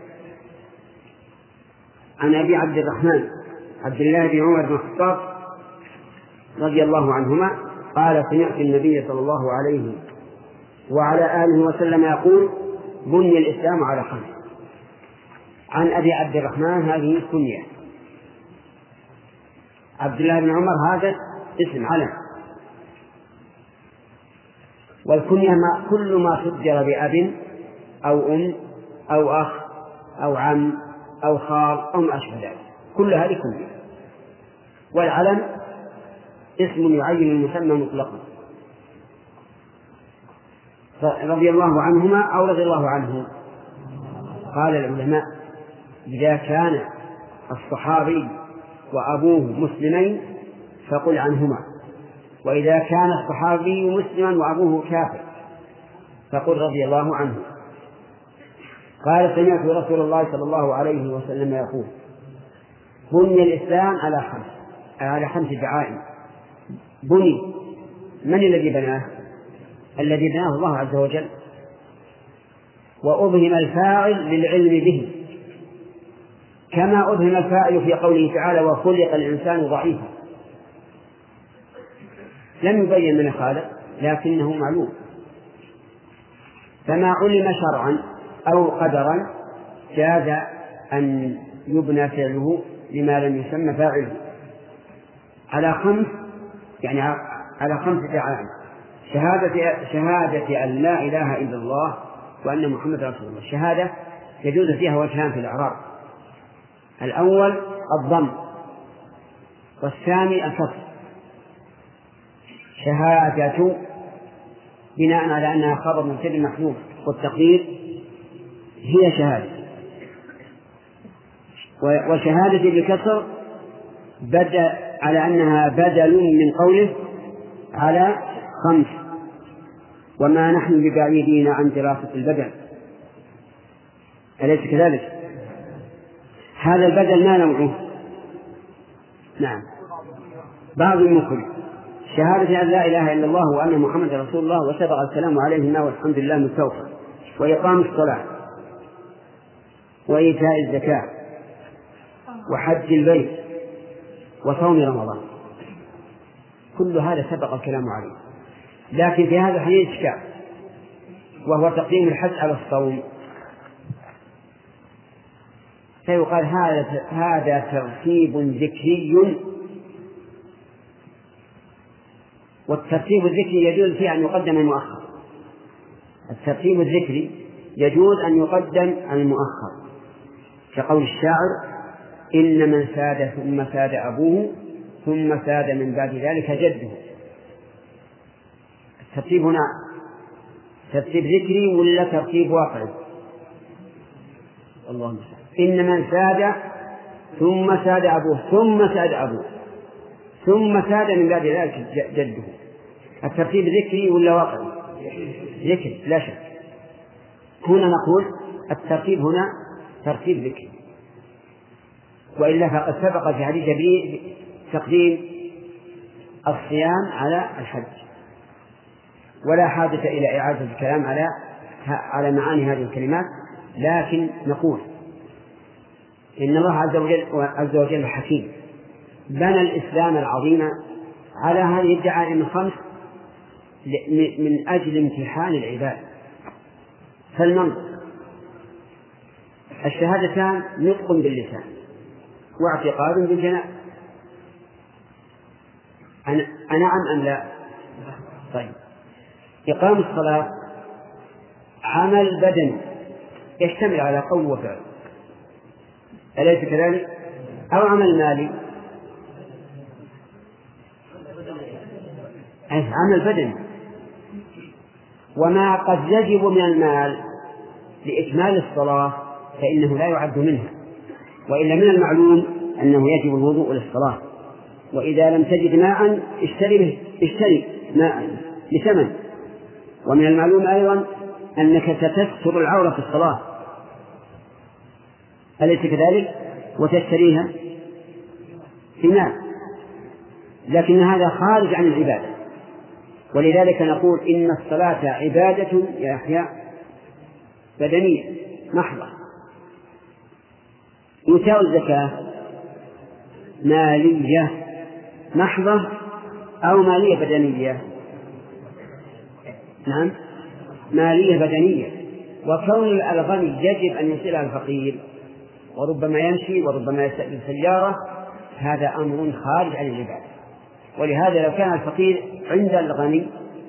عن أبي عبد الرحمن عبد الله بن عمر بن الخطاب رضي الله عنهما قال سمعت النبي صلى الله عليه وعلى آله وسلم يقول بني الإسلام على 5. عن أبي عبد الرحمن هذه الكنية، عبد الله بن عمر هذا اسم علم، والكنية كل ما صدر بأب أو أم أو أخ أو عم أو خال أو ما أشبه ذلك، كل هذه كنية. والعلم اسم يعين المسمى مطلقا. رضي الله عنهما أو رضي الله عنه. قال العلماء إذا كان الصحابي وأبوه مسلمين فقل عنهما، وإذا كان الصحابي مسلما وأبوه كافر فقل رضي الله عنه. قال سمعت رسول الله صلى الله عليه وسلم يقول بني الإسلام على 5 دعائم. بني من الذي بناه؟ الذي بناه الله عز وجل، وأبهم الفاعل للعلم به كما أبهم الفاعل في قوله تعالى وخلق الإنسان ضعيفا. لم يبين من الخالق لكنه معلوم، فما علم شرعا أو قدرا جاز أن يبنى فعله لما لم يسمى فاعله على 5، يعني على 5 دعائم. شهادة أن لا إله إلا الله وأن محمد رسول الله. الشهادة يجوز فيها وجهان في الإعراب: الأول الضم والثاني الفصل. شهادة بناء على أنها خبر مبتدأ محذوف والتقدير هي شهادة، وشهادة بكسر بدأ على أنها بدل من قوله على 5 وما نحن ببعيدين عن دراسة البدل، أليس كذلك؟ هذا البدل ما نوعه؟ نعم بعض المخرج شهادة أن لا إله إلا الله وأن محمد رسول الله وسبق الكلام عليهما والحمد لله مستوفى، وإقام الصلاة وإيتاء الزكاة وحج البيت وصوم رمضان. كل هذا سبق الكلام عليه. لكن في هذا الحديث إشكال، وهو تقديم الحج على الصوم، فيقال هذا ترتيب ذكري، والترتيب الذكري يجوز فيه أن يقدم المؤخر. الترتيب الذكري يجوز أن يقدم المؤخر، كقول الشاعر: إن من ساد ثم ساد أبوه ثم ساد من بعد ذلك جده. الترتيب هنا ترتيب ذكري ولا ترتيب واقعي؟ الله المستعان. إن من ساد ثم ساد أبوه ثم ساد أبوه ثم ساد من بعد ذلك جده. الترتيب ذكري ولا واقعي؟ ذكري لا شك. هنا نقول الترتيب هنا ترتيب ذكري، وإلا فقد سبق في حديث جبريل تقديم الصيام على الحج، ولا حاجة إلى إعادة الكلام على معاني هذه الكلمات. لكن نقول إن الله عز وجل حكيم، بنى الإسلام العظيم على هذه الدعائم الخمس من أجل امتحان العباد. فالمنطق الشهادتان نطق باللسان واعتقاد بالجنان، أنعم أم لا؟ طيب، إقام الصلاة عمل بدني يشتمل على قول وفعل، أليس كذلك؟ أو عمل مالي؟ عمل بدني. وما قد يجب من المال لإكمال الصلاة فإنه لا يعد منها، وإلا من المعلوم أنه يجب الوضوء للصلاة، وإذا لم تجد ماء اشتري ماء بثمن. ومن المعلوم أيضا أنك ستستر العورة في الصلاة، أليس كذلك؟ وتشتريها بمال، لكن هذا خارج عن العبادة. ولذلك نقول إن الصلاة عبادة يا أحياء بدنية محضة. إيتاء الزكاة مالية محضة أو مالية بدنية؟ نعم، مالية بدنية. وكون الغني يجب أن يصلها الفقير، وربما يمشي وربما يستأجر سيارة، هذا أمر خارج عن العبادة. ولهذا لو كان الفقير عند الغني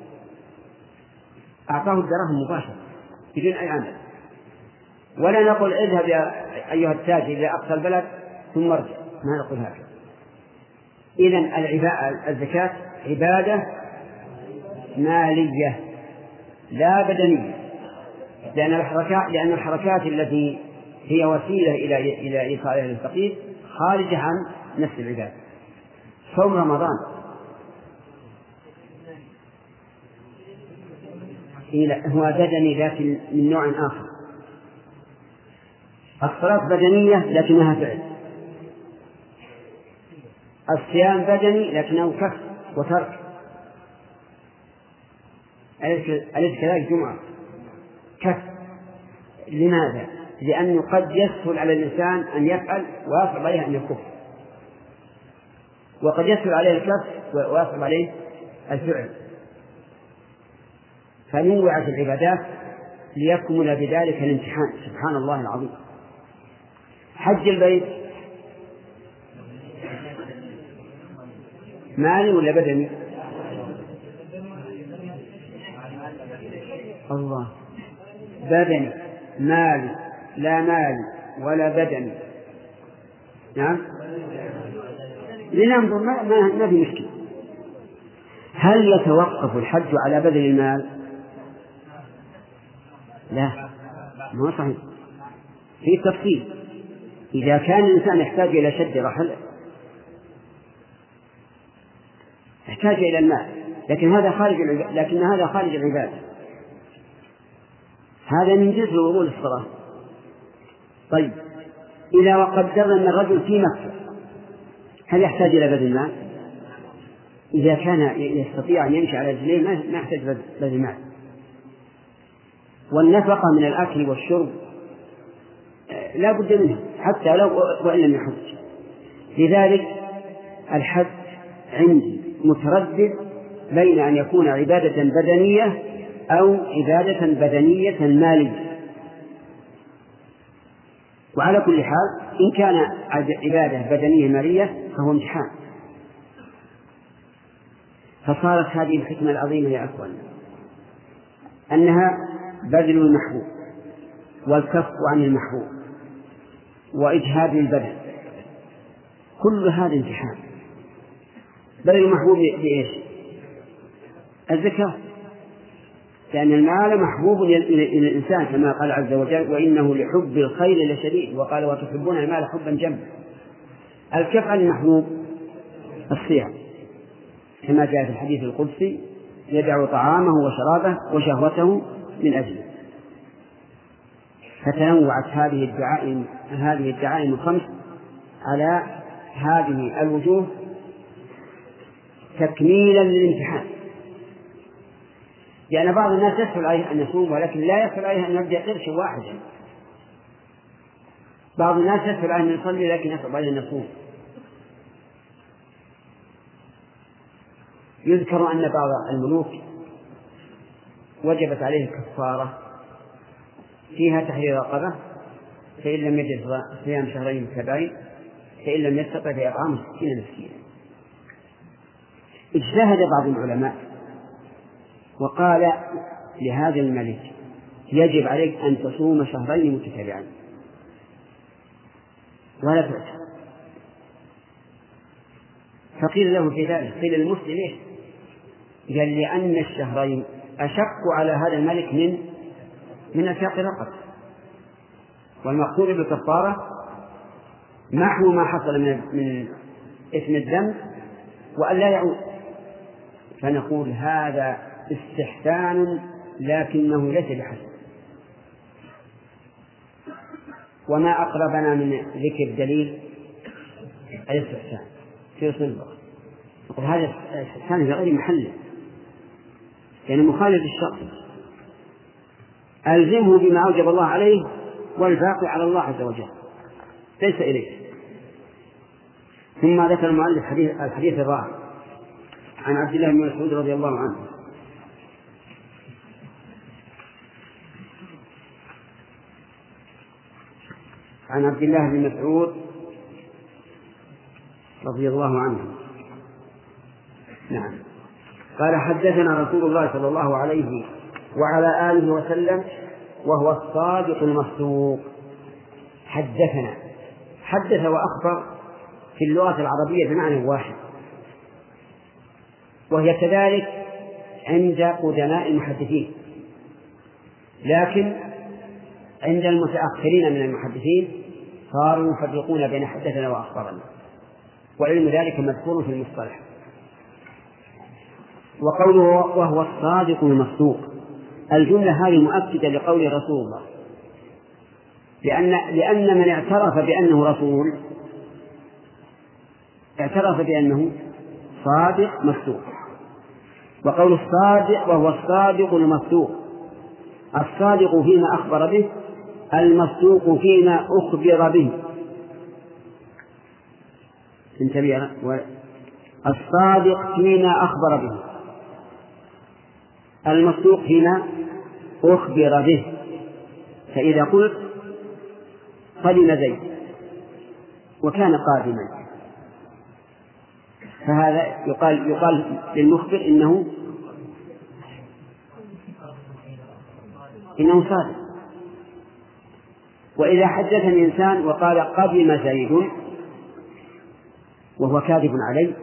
أعطاه الدراهم مباشرة بدون أي عمل، ولا نقول اذهب يا أيها التاجر إلى أقصى البلد ثم ارجع، ما نقول هكذا. إذن الزكاة عبادة مالية لا بدنية، لأن الحركات التي هي وسيلة إلى إيصالها للفقير خارجة عن نفس العبادة. صوم رمضان هو بدني لكن من نوع آخر. الصلاة بدنية لكنها فعل، الصيام بدني لكنه كف وترك، أليس كذلك؟ الجمعة كف. لماذا؟ لأنه قد يسهل على الإنسان أن يفعل ويصعب عليه أن يكف، وقد يسهل عليه الكف ويصعب عليه الفعل. فنوعت العبادات ليكمل بذلك الامتحان. سبحان الله العظيم. حج البيت مالي ولا بدني؟ الله، بدني. مالي لا مالي ولا بدني. نعم، لننظر ما في مشكلة. هل يتوقف الحج على بذل المال؟ لا، ما صحيح، في تفصيل. إذا كان الإنسان يحتاج إلى شد رحل يحتاج إلى المال، لكن هذا خارج العبادة، هذا من جزء الوضوء للصلاة. طيب، إذا قدرنا أن الرجل في مكة هل يحتاج إلى بذل المال؟ إذا كان يستطيع أن يمشي على رجليه ما يحتاج بذل المال. والنفقة من الأكل والشرب لا بد منها حتى لو وإن لم يحج. لذلك الحج عندي متردد بين أن يكون عبادة بدنية أو عبادة بدنية مالية. وعلى كل حال إن كان عبادة بدنية مالية فهو امتحان. فصارت هذه الحكمة العظيمة يا أخوان أنها بذل المحبوب والكف عن المحبوب وإجهاد البدن، كل هذا امتحان. بذل المحبوب بإيش؟ الزكاة، لأن المال محبوب إلى الإنسان كما قال عز وجل وإنه لحب الخير لشديد، وقال وتحبون المال حبا جما. الكف عن المحبوب الصيام كما جاء في الحديث القدسي يدع طعامه وشرابه وشهوته من أجله. فتنوعت هذه الدعائم الخمس على هذه الوجوه تكميلا للامتحان. لأن بعض الناس يسهل عليه أن يصوم ولكن لا يسهل عليه أن يبدأ قرش واحدا. بعض الناس يسهل عليه أن يصلي لكن يصعب عليه أن يصوم. يذكر أن بعض الملوك وجبت عليه كفارة فيها تحرير رقبة، فإن لم يجد صيام شهرين متتابعين، فإن لم يستطع فإطعام 60 مسكينا. اجتهد بعض العلماء وقال لهذا الملك يجب عليك أن تصوم شهرين متتابعين ولا تعتق. فقيل له في ذلك، قيل المسلم ليش؟ قال لأن الشهرين أشق على هذا الملك من أشاق رقبة، والمقصود بالكفارة محو ما حصل من إثم الذنب وأن لا يعود. فنقول هذا استحسان لكنه ليس بحسن. وما أقربنا من ذكر الدليل الاستحسان في صنبه، نقول هذا الاستحسان في غير محله يعني مخالف للشرع. ألزمه بما أوجب الله عليه والباقي على الله عز وجل ليس إليه. ثم ذكر المؤلف الحديث الرابع عن عبد الله بن مسعود رضي الله عنه عن عبد الله بن مسعود رضي الله عنه نعم قال حدثنا رسول الله صلى الله عليه وعلى آله وسلم وهو الصادق المصدوق. حدثنا، حدث وأخبر في اللغة العربية بمعنى واحد، وهي كذلك عند قدماء المحدثين، لكن عند المتأخرين من المحدثين صاروا يفرقون بين حدثنا وأخبرنا، وعلم ذلك مذكور في المصطلح. وقوله وهو الصادق المصدوق، الجملة هذه مؤكدة لقول رسول الله، لأن من اعترف بأنه رسول اعترف بأنه صادق مصدوق. وقول الصادق وهو الصادق المصدوق، الصادق فيما أخبر به، المصدوق فيما أخبر به. انتبه، الصادق فيما أخبر به، المصدوق فيما أخبر به. فإذا قلت قدم زيد وكان قادما، فهذا يقال للمخبر إنه صادق. وإذا حدث الإنسان وقال قدم زيد وهو كاذب عليه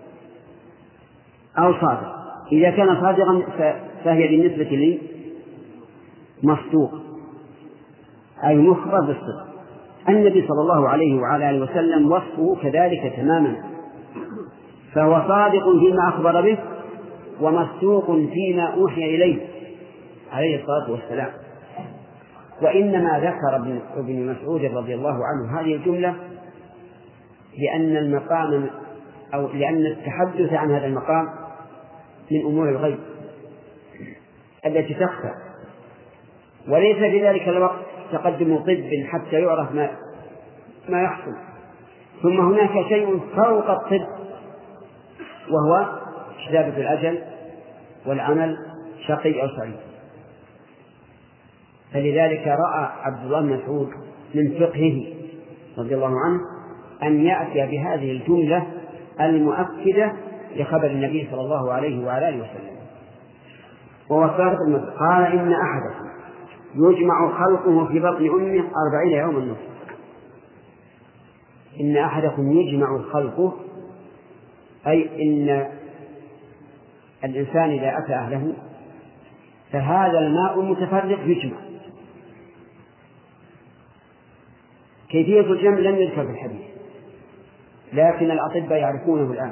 أو صادق، إذا كان صادقا فهي بالنسبة لي مصدوق أي مخبر بالصدق. النبي صلى الله عليه وعلى آله وسلم وصفه كذلك تماما، فهو صادق فيما أخبر به ومصدوق فيما أوحي إليه عليه الصلاة والسلام. وإنما ذكر ابن مسعود رضي الله عنه هذه الجملة لأن المقام أو لأن التحدث عن هذا المقام من أمور الغيب التي تخفى، وليس في ذلك الوقت تقدم طب حتى يعرف ما يحصل. ثم هناك شيء فوق الطب وهو كتابة الأجل والعمل شقي أو سعيد. فلذلك رأى عبد الله بن مسعود من فقهه رضي الله عنه أن يأتي بهذه الجملة المؤكدة لخبر النبي صلى الله عليه وعلى آله وسلم. ووصارت قال إن أحدكم يجمع خلقه في بطن أمه 40 يوما نصف. إن أحدكم يجمع خلقه، أي إن الإنسان إذا أتى أهله فهذا الماء المتفرق يجمع. كيفية الجمع لم يذكر في الحديث، لكن الأطباء يعرفونه الآن.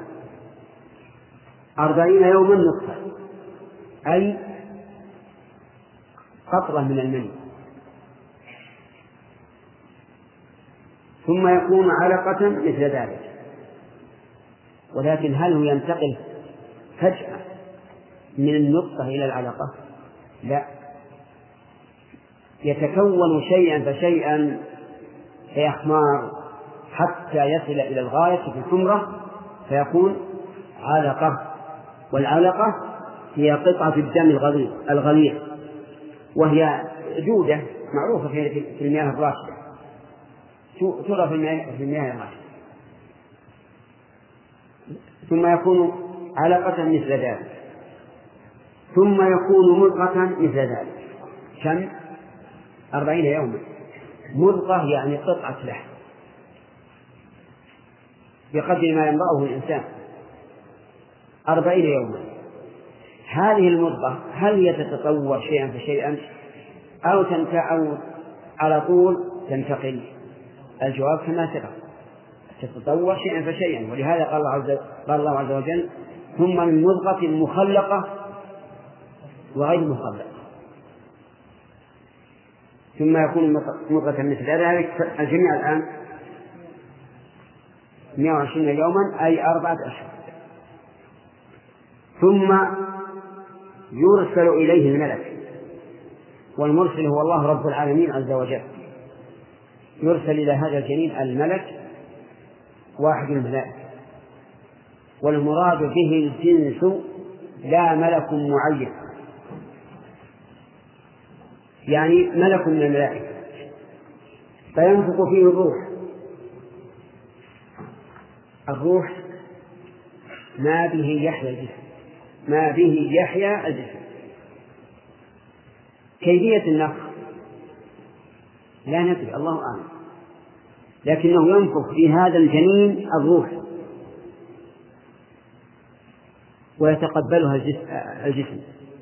40 يوما نصفا، أي قطرة من المني، ثم يكون علقة مثل ذلك. ولكن هل هو ينتقل فجأة من النطفة إلى العلقة؟ لا، يتكون شيئا فشيئا فيحمار حتى يصل إلى الغاية في الحمرة فيكون علقة. والعلقة هي قطعة الدم الغليظ، وهي جودة معروفة في المياه الراشدة، ترى في المياه الراشدة، ثم يكون علقة مثل ذلك، ثم يكون مضغة مثل ذلك. كم؟ 40 يوما. مضغة يعني قطعة لحم بقدر ما ينبغه الإنسان. 40 يوما. هذه المضغة هل هي تتطور شيئا فشيئا أو على طول تنتقل؟ الجواب كما سبق، تتطور شيئا فشيئا. ولهذا قال الله عز وجل ثم من مضغة مخلقة وغير مخلقة، ثم يكون مضغة مثل ذلك. الجميع الآن 120 يوما، أي 4 أشهر. ثم يرسل إليه الملك، والمرسل هو الله رب العالمين عز وجل. يرسل إلى هذا الجنين الملك واحد الملائكة، والمراد به الجنس لا ملك معين، يعني ملك من الملائكة، فينفخ فيه الروح. الروح ما به يحيا الجسم، ما به يحيا الجسم. كيفية النفخ لا ندري، الله أعلم، لكنه ينفخ في هذا الجنين الروح ويتقبلها الجسم.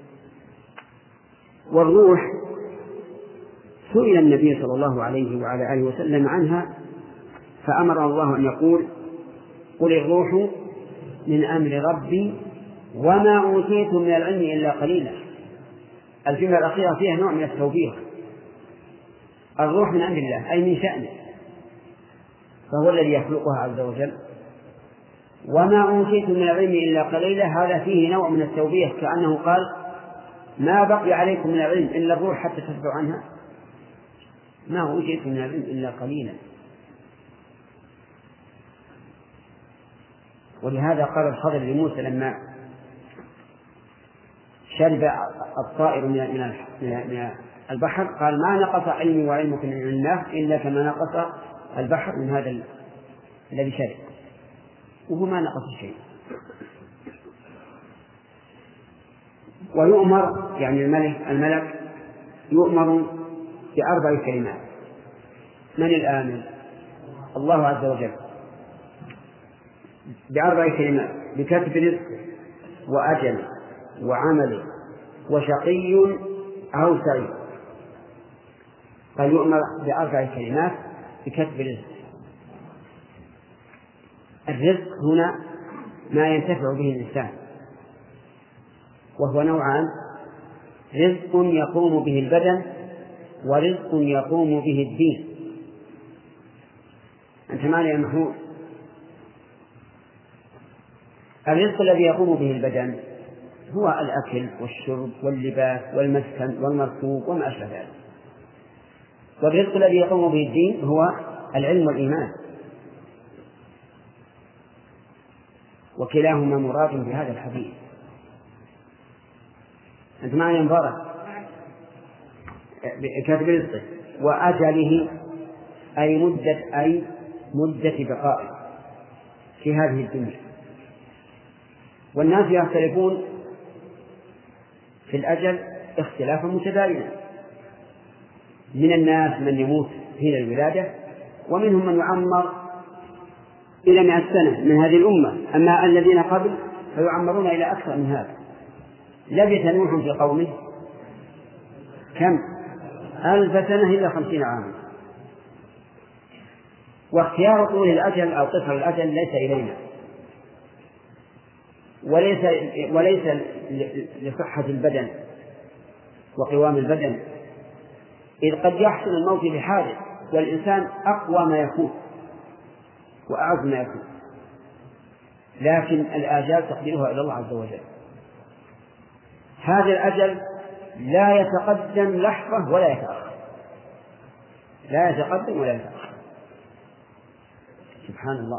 والروح سئل النبي صلى الله عليه وعلى آله وسلم عنها، فأمر الله أن يقول قل الروح من أمر ربي وما أوتيتم من العلم إلا قليلا. الجملة الأخيرة فيها نوع من التوبيخ. الروح من أمر الله أي من شأنه، فهو الذي يخلقها عز وجل. وما أوتيتم من العلم إلا قليلا، هذا فيه نوع من التوبيخ، كأنه قال ما بقي عليكم من العلم إلا الروح حتى تتبعوا عنها، ما أوتيتم من العلم إلا قليلا. ولهذا قال الخضر لموسى لما شرب الطائر من البحر قال ما نقص علمي وعلمك من الله إلا كما نقص البحر من هذا الذي شرب، وهو ما نقص شيء. ويؤمر يعني الملك يؤمر ب4 كلمات. من الآمر؟ الله عز وجل، ب4 كلمات: بكتب رزقه وأجله وعمله وشقي أو سعيد. فيؤمر ب4 كلمات بكتب رزقه. الرزق هنا ما ينتفع به الإنسان، وهو نوعان: رزق يقوم به البدن ورزق يقوم به الدين. أنت معي يا محمود؟ الرزق الذي يقوم به البدن هو الأكل والشرب واللباس والمسكن والمركوب وما أشبه ذلك، والرزق الذي يقوم به الدين هو العلم والإيمان. وكلاهما مراد بهذا الحديث. أنت معي مبارك كاتب رزقه وأجله أي مدة بقائه في هذه الدنيا. والناس يختلفون في الأجل اختلافا متباينا، من الناس من يموت حين الولادة، ومنهم من يعمر إلى 100 سنة من هذه الأمة. أما الذين قبل فيعمرون إلى أكثر من هذا. لبث نوح في قومه كم 1000 سنة إلا 50 عاما. واختيار طول الأجل أو قصر الأجل ليس إلينا، وليس لصحة البدن وقوام البدن، إذ قد يحصل الموت بحادث والإنسان أقوى ما يكون وأعز ما يكون، لكن الآجال تقديرها إلى الله عز وجل. هذا الأجل لا يتقدم لحظة ولا يتأخر، لا يتقدم ولا يتأخر. سبحان الله.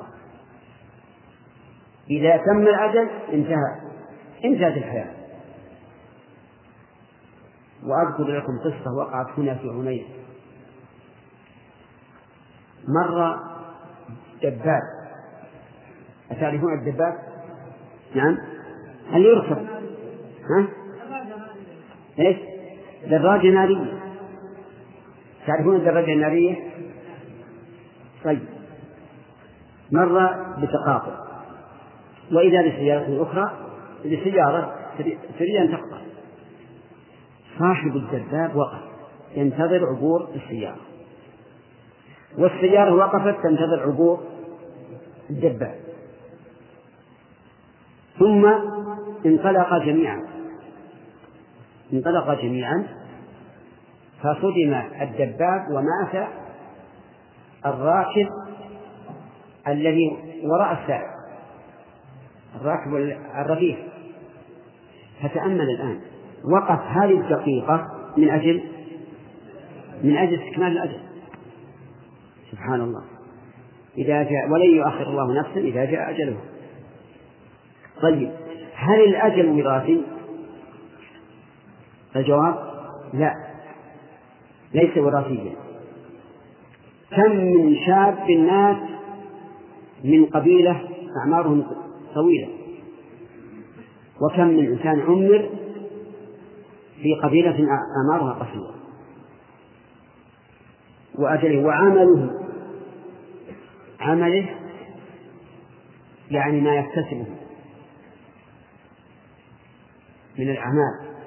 إذا تم الأجل انتهت الحياة. وأذكر لكم قصة وقعت هنا في عنيزة. مر دباب، أتعرفون الدباب؟ نعم. هل يركب؟ ها؟ إيش؟ دراجة نارية. تعرفون الدراجة النارية؟ طيب. مر بتقاطع، وإذا بسيارة أخرى بسيارة تريد أن تقطع. صاحب الدباب وقف ينتظر عبور السيارة، والسيارة وقفت تنتظر عبور الدباب، ثم انطلق جميعا فصدم الدباب ومات الراكب الذي وراء السائق، الراكب الرفيق. فتأمل الآن، وقف هذه الدقيقة من أجل استكمال الأجل. سبحان الله. إذا جاء ولن يؤخر الله نفسا إذا جاء أجله. طيب، هل الأجل وراثي؟ الجواب لا، ليس وراثيا. كم من شاب الناس من قبيلة أعمارهم طويلة، وكم من إنسان عمر في قبيلة أعمارها قصيرة، وأجله وعمله يعني ما يكتسبه من الأعمال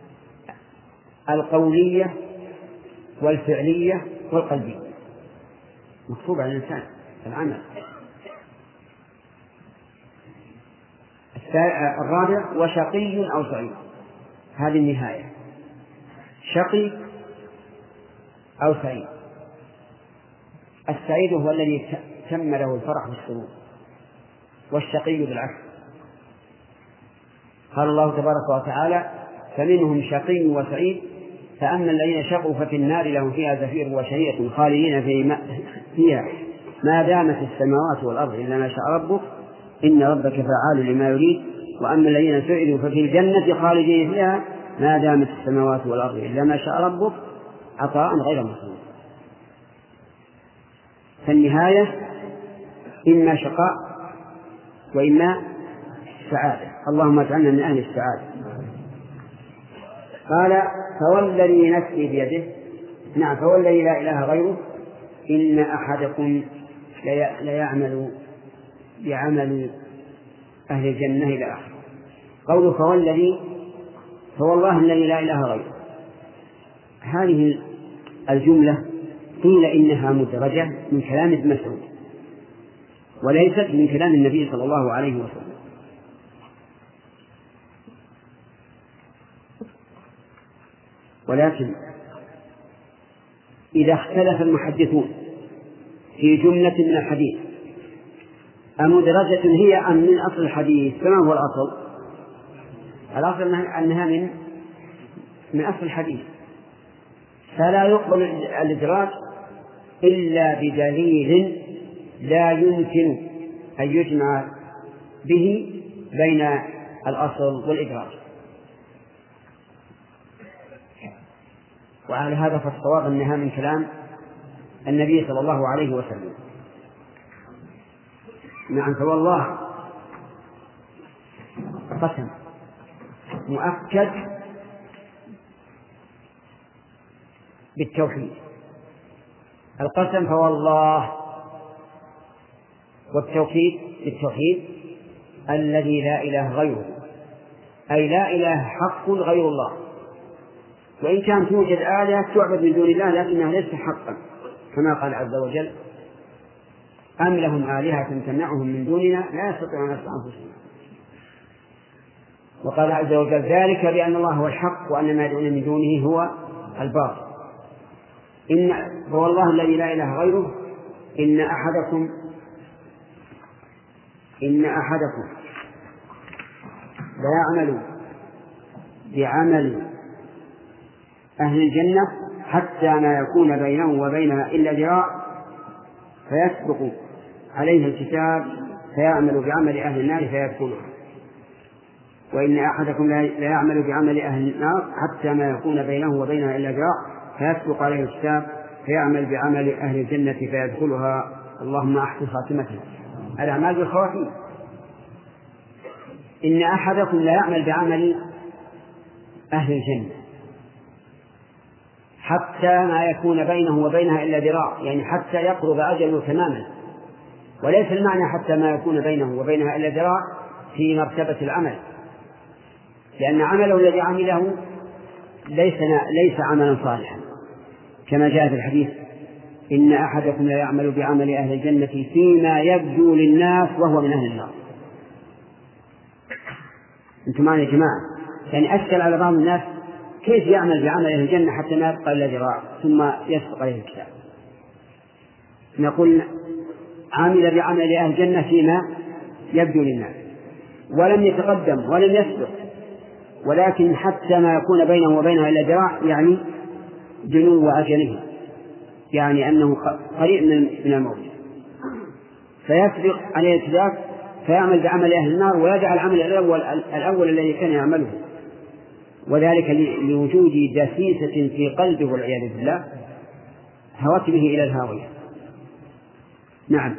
القولية والفعلية والقلبية مكتوب على الإنسان العمل. الرابع وشقي أو سعيد، هذه النهاية، شقي أو سعيد. السعيد هو الذي تم له الفرح والسرور، والشقي بالعكس. قال الله تبارك وتعالى: فمنهم شقي وسعيد، فأما الذين شقوا ففي النار لهم فيها زفير وشهيق خالدين فيها ما دامت السماوات والأرض إلا ما شاء ربك إن ربك فعال لما يريد، وأما الذين سعدوا ففي الجنة خالدين فيها ما دامت السماوات والأرض إلا ما شاء ربك عطاء غير محدود. فالنهاية إما شقاء وإما سعادة. اللهم اجعلنا من أهل السعادة. قال: فوالذي نفسي بيده، نعم، فوالذي لا إله غيره إن أحدكم ليعمل بعمل أهل الجنة إلى آخره. قوله فوالذي، فوالله الذي لا إله غيره، هذه الجملة قيل إنها مدرجة من كلام ابن مسعود وليست من كلام النبي صلى الله عليه وسلم. ولكن إذا اختلف المحدثون في جملة من الحديث أمدرجة هي أم من أصل الحديث، فما هو الأصل؟ الأصل أنها من أصل الحديث، فلا يقبل الإدراج إلا بدليل لا يمكن أن يجمع به بين الأصل والإدراج. وعلى هذا فالصواب أنها من كلام النبي صلى الله عليه وسلم. نعم، فوالله قسم مؤكد بالتوحيد. القسم فوالله، والتوكيد بالتوحيد الذي لا إله غيره، أي لا إله حق غير الله. وإن كان توجد آلهة تعبد من دون الله لكنها ليست حقا، كما قال عز وجل: أم لهم آلهة تمنعهم من دوننا لا يستطيعون نصر أنفسهم. وقال عز وجل: ذلك بأن الله هو الحق وأن ما يدعون من دونه هو الباطل. فوالله الذي لا إله غيره إن أحدكم ليعمل بعمل أهل الجنة حتى ما يكون بينه وبينها إلا ذراع فيسبق عليه الكتاب فيعمل بعمل أهل النار فيدخلها، وإن أحدكم ليعمل بعمل أهل النار حتى ما يكون بينه وبينها إلا ذراع فيسبق عليه الكتاب فيعمل بعمل أهل الجنة فيدخلها. اللهم أحسن خاتمتنا. الأعمال بالخواتيم. إن أحدكم لا يعمل بعمل أهل الجنة حتى ما يكون بينه وبينها إلا ذراع، يعني حتى يقرب أجله تماما، وليس المعنى حتى ما يكون بينه وبينها إلا ذراع في مرتبة العمل، لأن عمله الذي عمله ليس عملا صالحا، كما جاء في الحديث: إن أحدكم لا يعمل بعمل أهل الجنة فيما يبدو للناس وهو من أهل النار. أنتم معنا يا جماعة؟ يعني أشكل على بعض الناس كيف يعمل بعمل أهل الجنة حتى ما يبقى إلا ذراع ثم يسبق عليه الكتاب. نقول: عمل بعمل أهل الجنة فيما يبدو للناس، ولم يتقدم ولم يسبق، ولكن حتى ما يكون بينه وبينها إلا ذراع، يعني جنو أجله، يعني أنه قريب من الموت، فيسبق عليه الكتاب فيعمل بعمل أهل النار ويدع العمل الأول الذي كان يعمله، وذلك لوجود دسيسة في قلبه والعياذ بالله هوت به إلى الهاوية. نعم،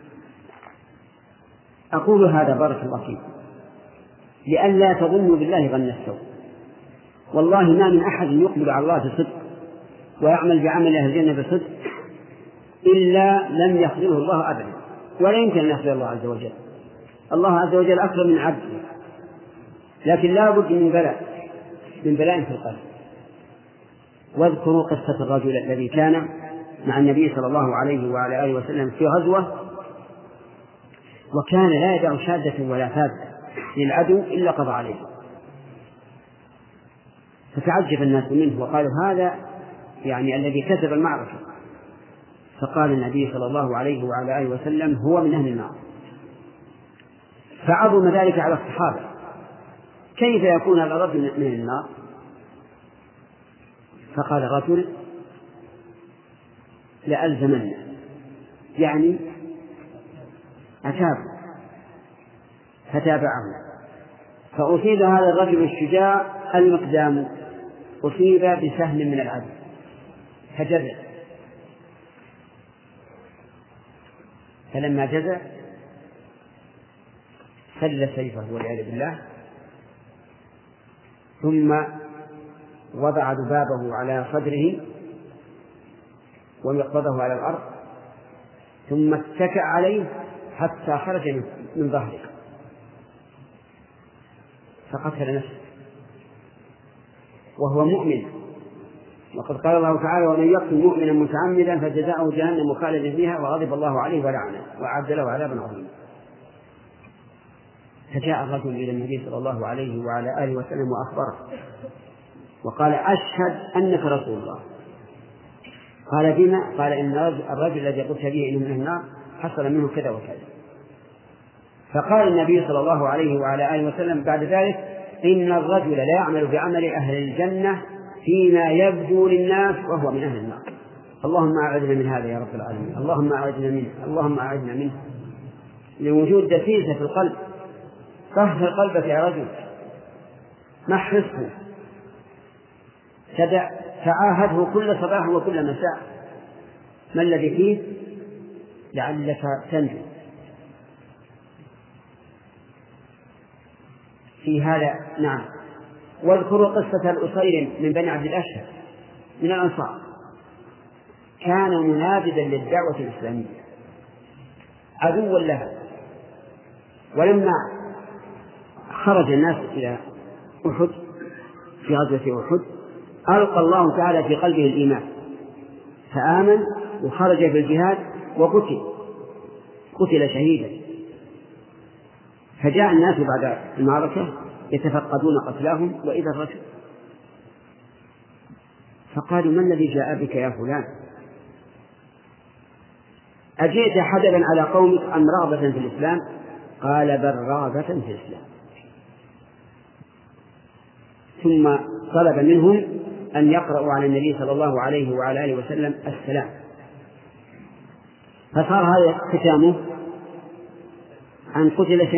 أقول هذا بارك الله فيكم لئلا تظنوا بالله ظن السوء. والله ما من أحد يقبل على الله بصدق ويعمل بعمل أهل الجنة بصدق إلا لم يخذله الله أبدا، ولا يمكن أن يخذل الله عز وجل. الله عز وجل أكثر من عبده، لكن لا بد من بلاء في القلب. واذكروا قصة الرجل الذي كان مع النبي صلى الله عليه وعلى آله وسلم في غزوة، وكان لا يدع شادة ولا فاذة للعدو إلا قضى عليه، فتعجب الناس منه وقالوا: هذا يعني الذي كسب المعركة. فقال النبي صلى الله عليه وعلى آله وسلم: هو من أهل النار. فعظم ذلك على الصحابة: كيف يكون هذا الرجل من النار؟ فقال رجل: لألزمن، يعني أتاب، فتابعه، فأصيب هذا الرجل الشجاع المقدام، أصيب بسهم من العدو فجزع، فلما جزع سل سيفه والعياذ بالله، ثم وضع ذبابه على صدره ومقبضه على الأرض، ثم اتكأ عليه حتى خرج من ظهره فقتل نفسه وهو مؤمن. وقد قال الله تعالى: ومن يقتل مؤمنا متعمدا فجزاؤه جهنم خالدا فيها وغضب الله عليه ولعنه وأعد له عذابا عظيما. فجاء الرجل إلى النبي صلى الله عليه وعلى آله وسلم وأخبره وقال: أشهد أنك رسول الله. قال: بما؟ قال: إن الرجل الذي قلت به إنه من النار حصل منه كذا وكذا. فقال النبي صلى الله عليه وعلى آله وسلم بعد ذلك: إن الرجل لا يعمل بعمل أهل الجنة فيما يبدو للناس وهو من أهل النار. اللهم أعذنا من هذا يا رب العالمين، اللهم أعذنا منه، اللهم أعذنا منه، لوجود دسيسة في القلب طهر قلبك يا رجل، محرصه، تعاهده كل صباح وكل مساء. ما الذي فيه؟ لعلك تنجو. في هذا نعم. واذكروا قصة الأصير من بني عبد الأشهر من الأنصار، كان منابذا للدعوة الإسلامية عدوا لها، ولما خرج الناس إلى أحد في غزوة أحد ألقى الله تعالى في قلبه الإيمان فآمن وخرج في الجهاد قتل شهيدا. فجاء الناس بعد المعركة يتفقدون قتلاهم وإذا الرجل، فقالوا: ما الذي جاء بك يا فلان؟ أجئت حدبا على قومك أم رغبة في الإسلام؟ قال: بل رغبة في الإسلام. ثم طلب منهم أن يقرأوا على النبي صلى الله عليه وعلى آله وسلم السلام، فصار هذا ختامه أن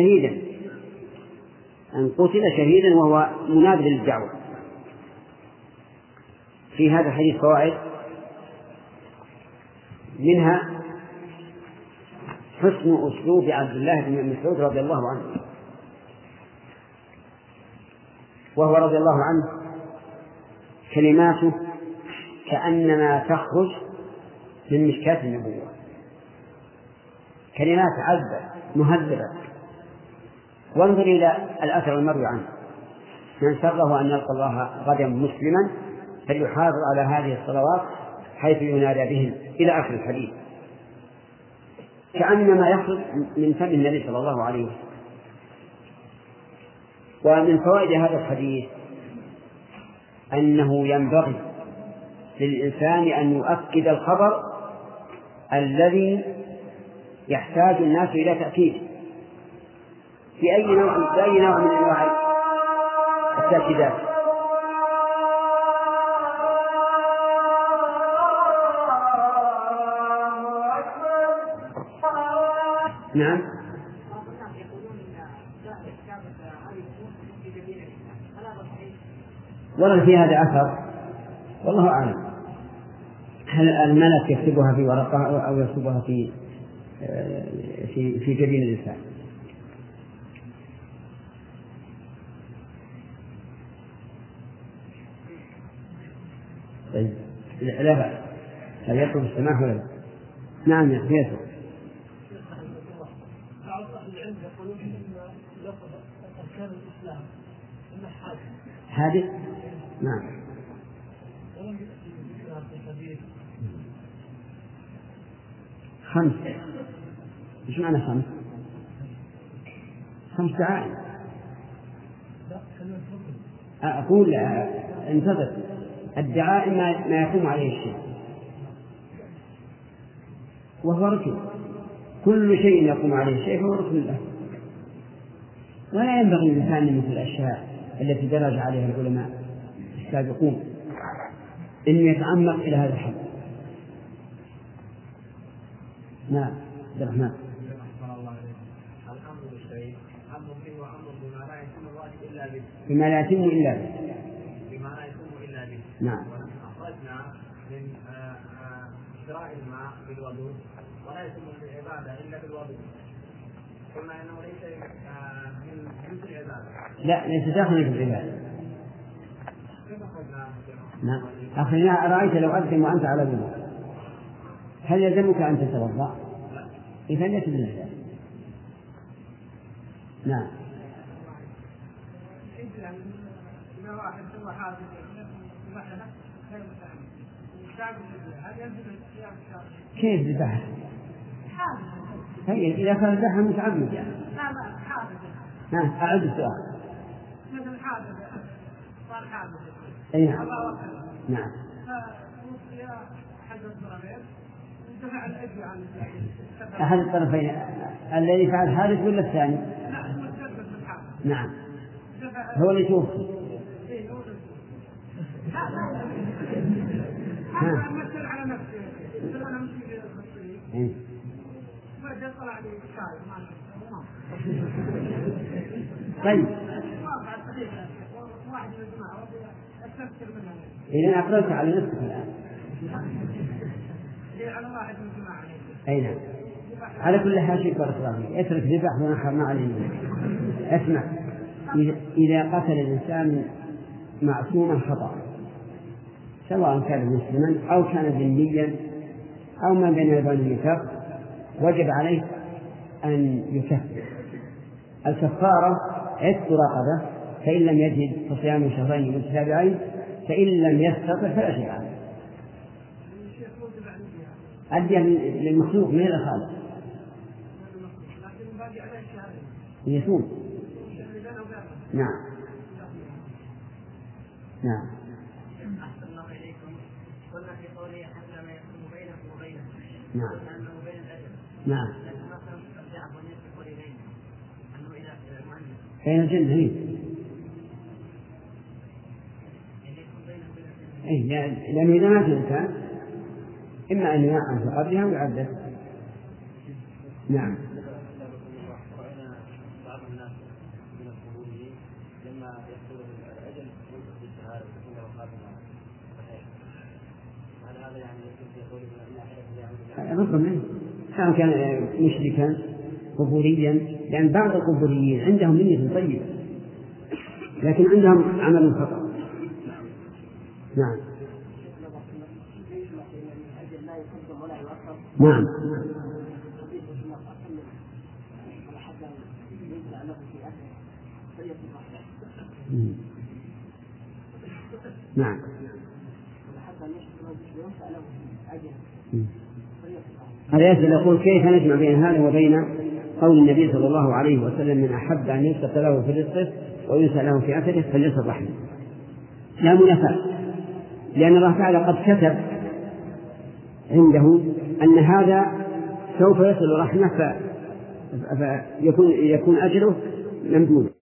قتل شهيدا وهو منابذ للدعوة. في هذا الحديث فوائد، منها حسن أسلوب عبد الله بن مسعود رضي الله عنه، وهو رضي الله عنه كلماته كأنما تخرج من مشكاة النبوة، كلمات عذبة مهذبة. وانظر إلى الأثر المروي عنه: من سره أن يلقى الله غدا مسلما فليحافظ على هذه الصلوات حيث ينادى بهم، إلى آخر الحديث، كأنما يخرج من فم النبي صلى الله عليه وسلم. ومن فوائد هذا الحديث أنه ينبغي للإنسان أن يؤكد الخبر الذي يحتاج الناس إلى تأكيده في أي نوع من أنواع التأكيدات. نعم. ورد في هذا أثر والله أعلم، هل الملك يكتبها في ورقة أو يكتبها في جبين الإنسان. طيب لا بأس، هل يطلب السماح ولا لا؟ نعم يطلب. بعض أهل العلم يقولون إن لفظ أركان الإسلام إنه حادث. نعم. ولم يأتي في الحديث 5. إيش معنى 5؟ 5 دعائم. أقول انتظر، الدعائم ما يقوم عليه الشيء وهو ركن، كل شيء يقوم عليه الشيء فهو ركن له، ولا ينبغي للإنسان مثل الأشياء التي درج عليها العلماء السابقون إن يتعمق إلى هذا الحد. نعم عبد الرحمن. الأمر بالشيء أمر به وأمر بما لا يتم الواجب إلا به، بما لا يتم إلا به، بما لا يتم إلا به. نعم. أخرجنا من شراء الماء بالوضوء ولا يتم العبادة إلا بالوضوء، قلنا إنه ليس من جزء العبادة. لا ليس داخل في العبادة. كيف أخرجنا؟ نعم أخرجنا. أرأيت لو أقدم وأنت على الوضوء هل يلزمك أن تتوضأ؟ إذا ليس بالله. نعم. إذا واحد سوى حادث مثلا غير متعمد هل يلزم الصيام الشهر؟ كيف ذبحها؟ هي إذا كان ذبحها متعمد يعني. لا حادث. نعم أعد السؤال. مثل حادث صار حادث. أي نعم. نعم. فوصي أحد الطرفين ودفع الأجر عن أحد الطرفين الذي فعل الحادث ولا الثاني؟ لا هو السبب في الحادث. نعم هو اللي يتوفي. هذا مثل على نفسه، مثل أنا مش ما جاء طلع لي شاي ما طيب إذا أقررت على نفسك الآن. أي نعم. على كل حال شيء بارك الله فيك، اترك ذبح ونحر ما عليه. اسمع، إذا قتل الإنسان معصوما خطأ سواء كان مسلما أو كان ذميا أو ما بين يديه فرق، وجب عليه أن يكفر. الكفارة عتق رقبة، فإن لم يجد فصيام شهرين متتابعين، فإن لم يستطع فلا شيء عليه. أدي للمخلوق من الخالق يصوم. نعم نعم. أحسن الله إليكم. قلنا في قوله حتى ما يكون بينكم وبينه نعم أنه بين الأجل. نعم. لكن مثلا الجعب والنسب والإلين أنه إلى المؤنث بين الجنة هي. لأنه إذا مات الإنسان إما أن يعان في قبرها ويعذب. نعم. بعض الناس من القبوريين لما يحصل الأجل ينطق بالشهادة تكون له خاتمة صحيح. هذا يعني يكون في قوله من أحد ربما سواء كان مشركا قبوريا، لأن بعض القبوريين عندهم نية طيبة لكن عندهم عمل خطأ. نعم نعم. نعم. هذا يسأل يقول كيف نجمع بين هذا وبين قول النبي صلى الله عليه وسلم من أحب أن يبسط له في رزقه وينسى له في أثره فليصل رحمه؟ لا منافاة، لأن الله تعالى قد كتب عنده أن هذا سوف يصل رحمه فيكون أجره ممدود.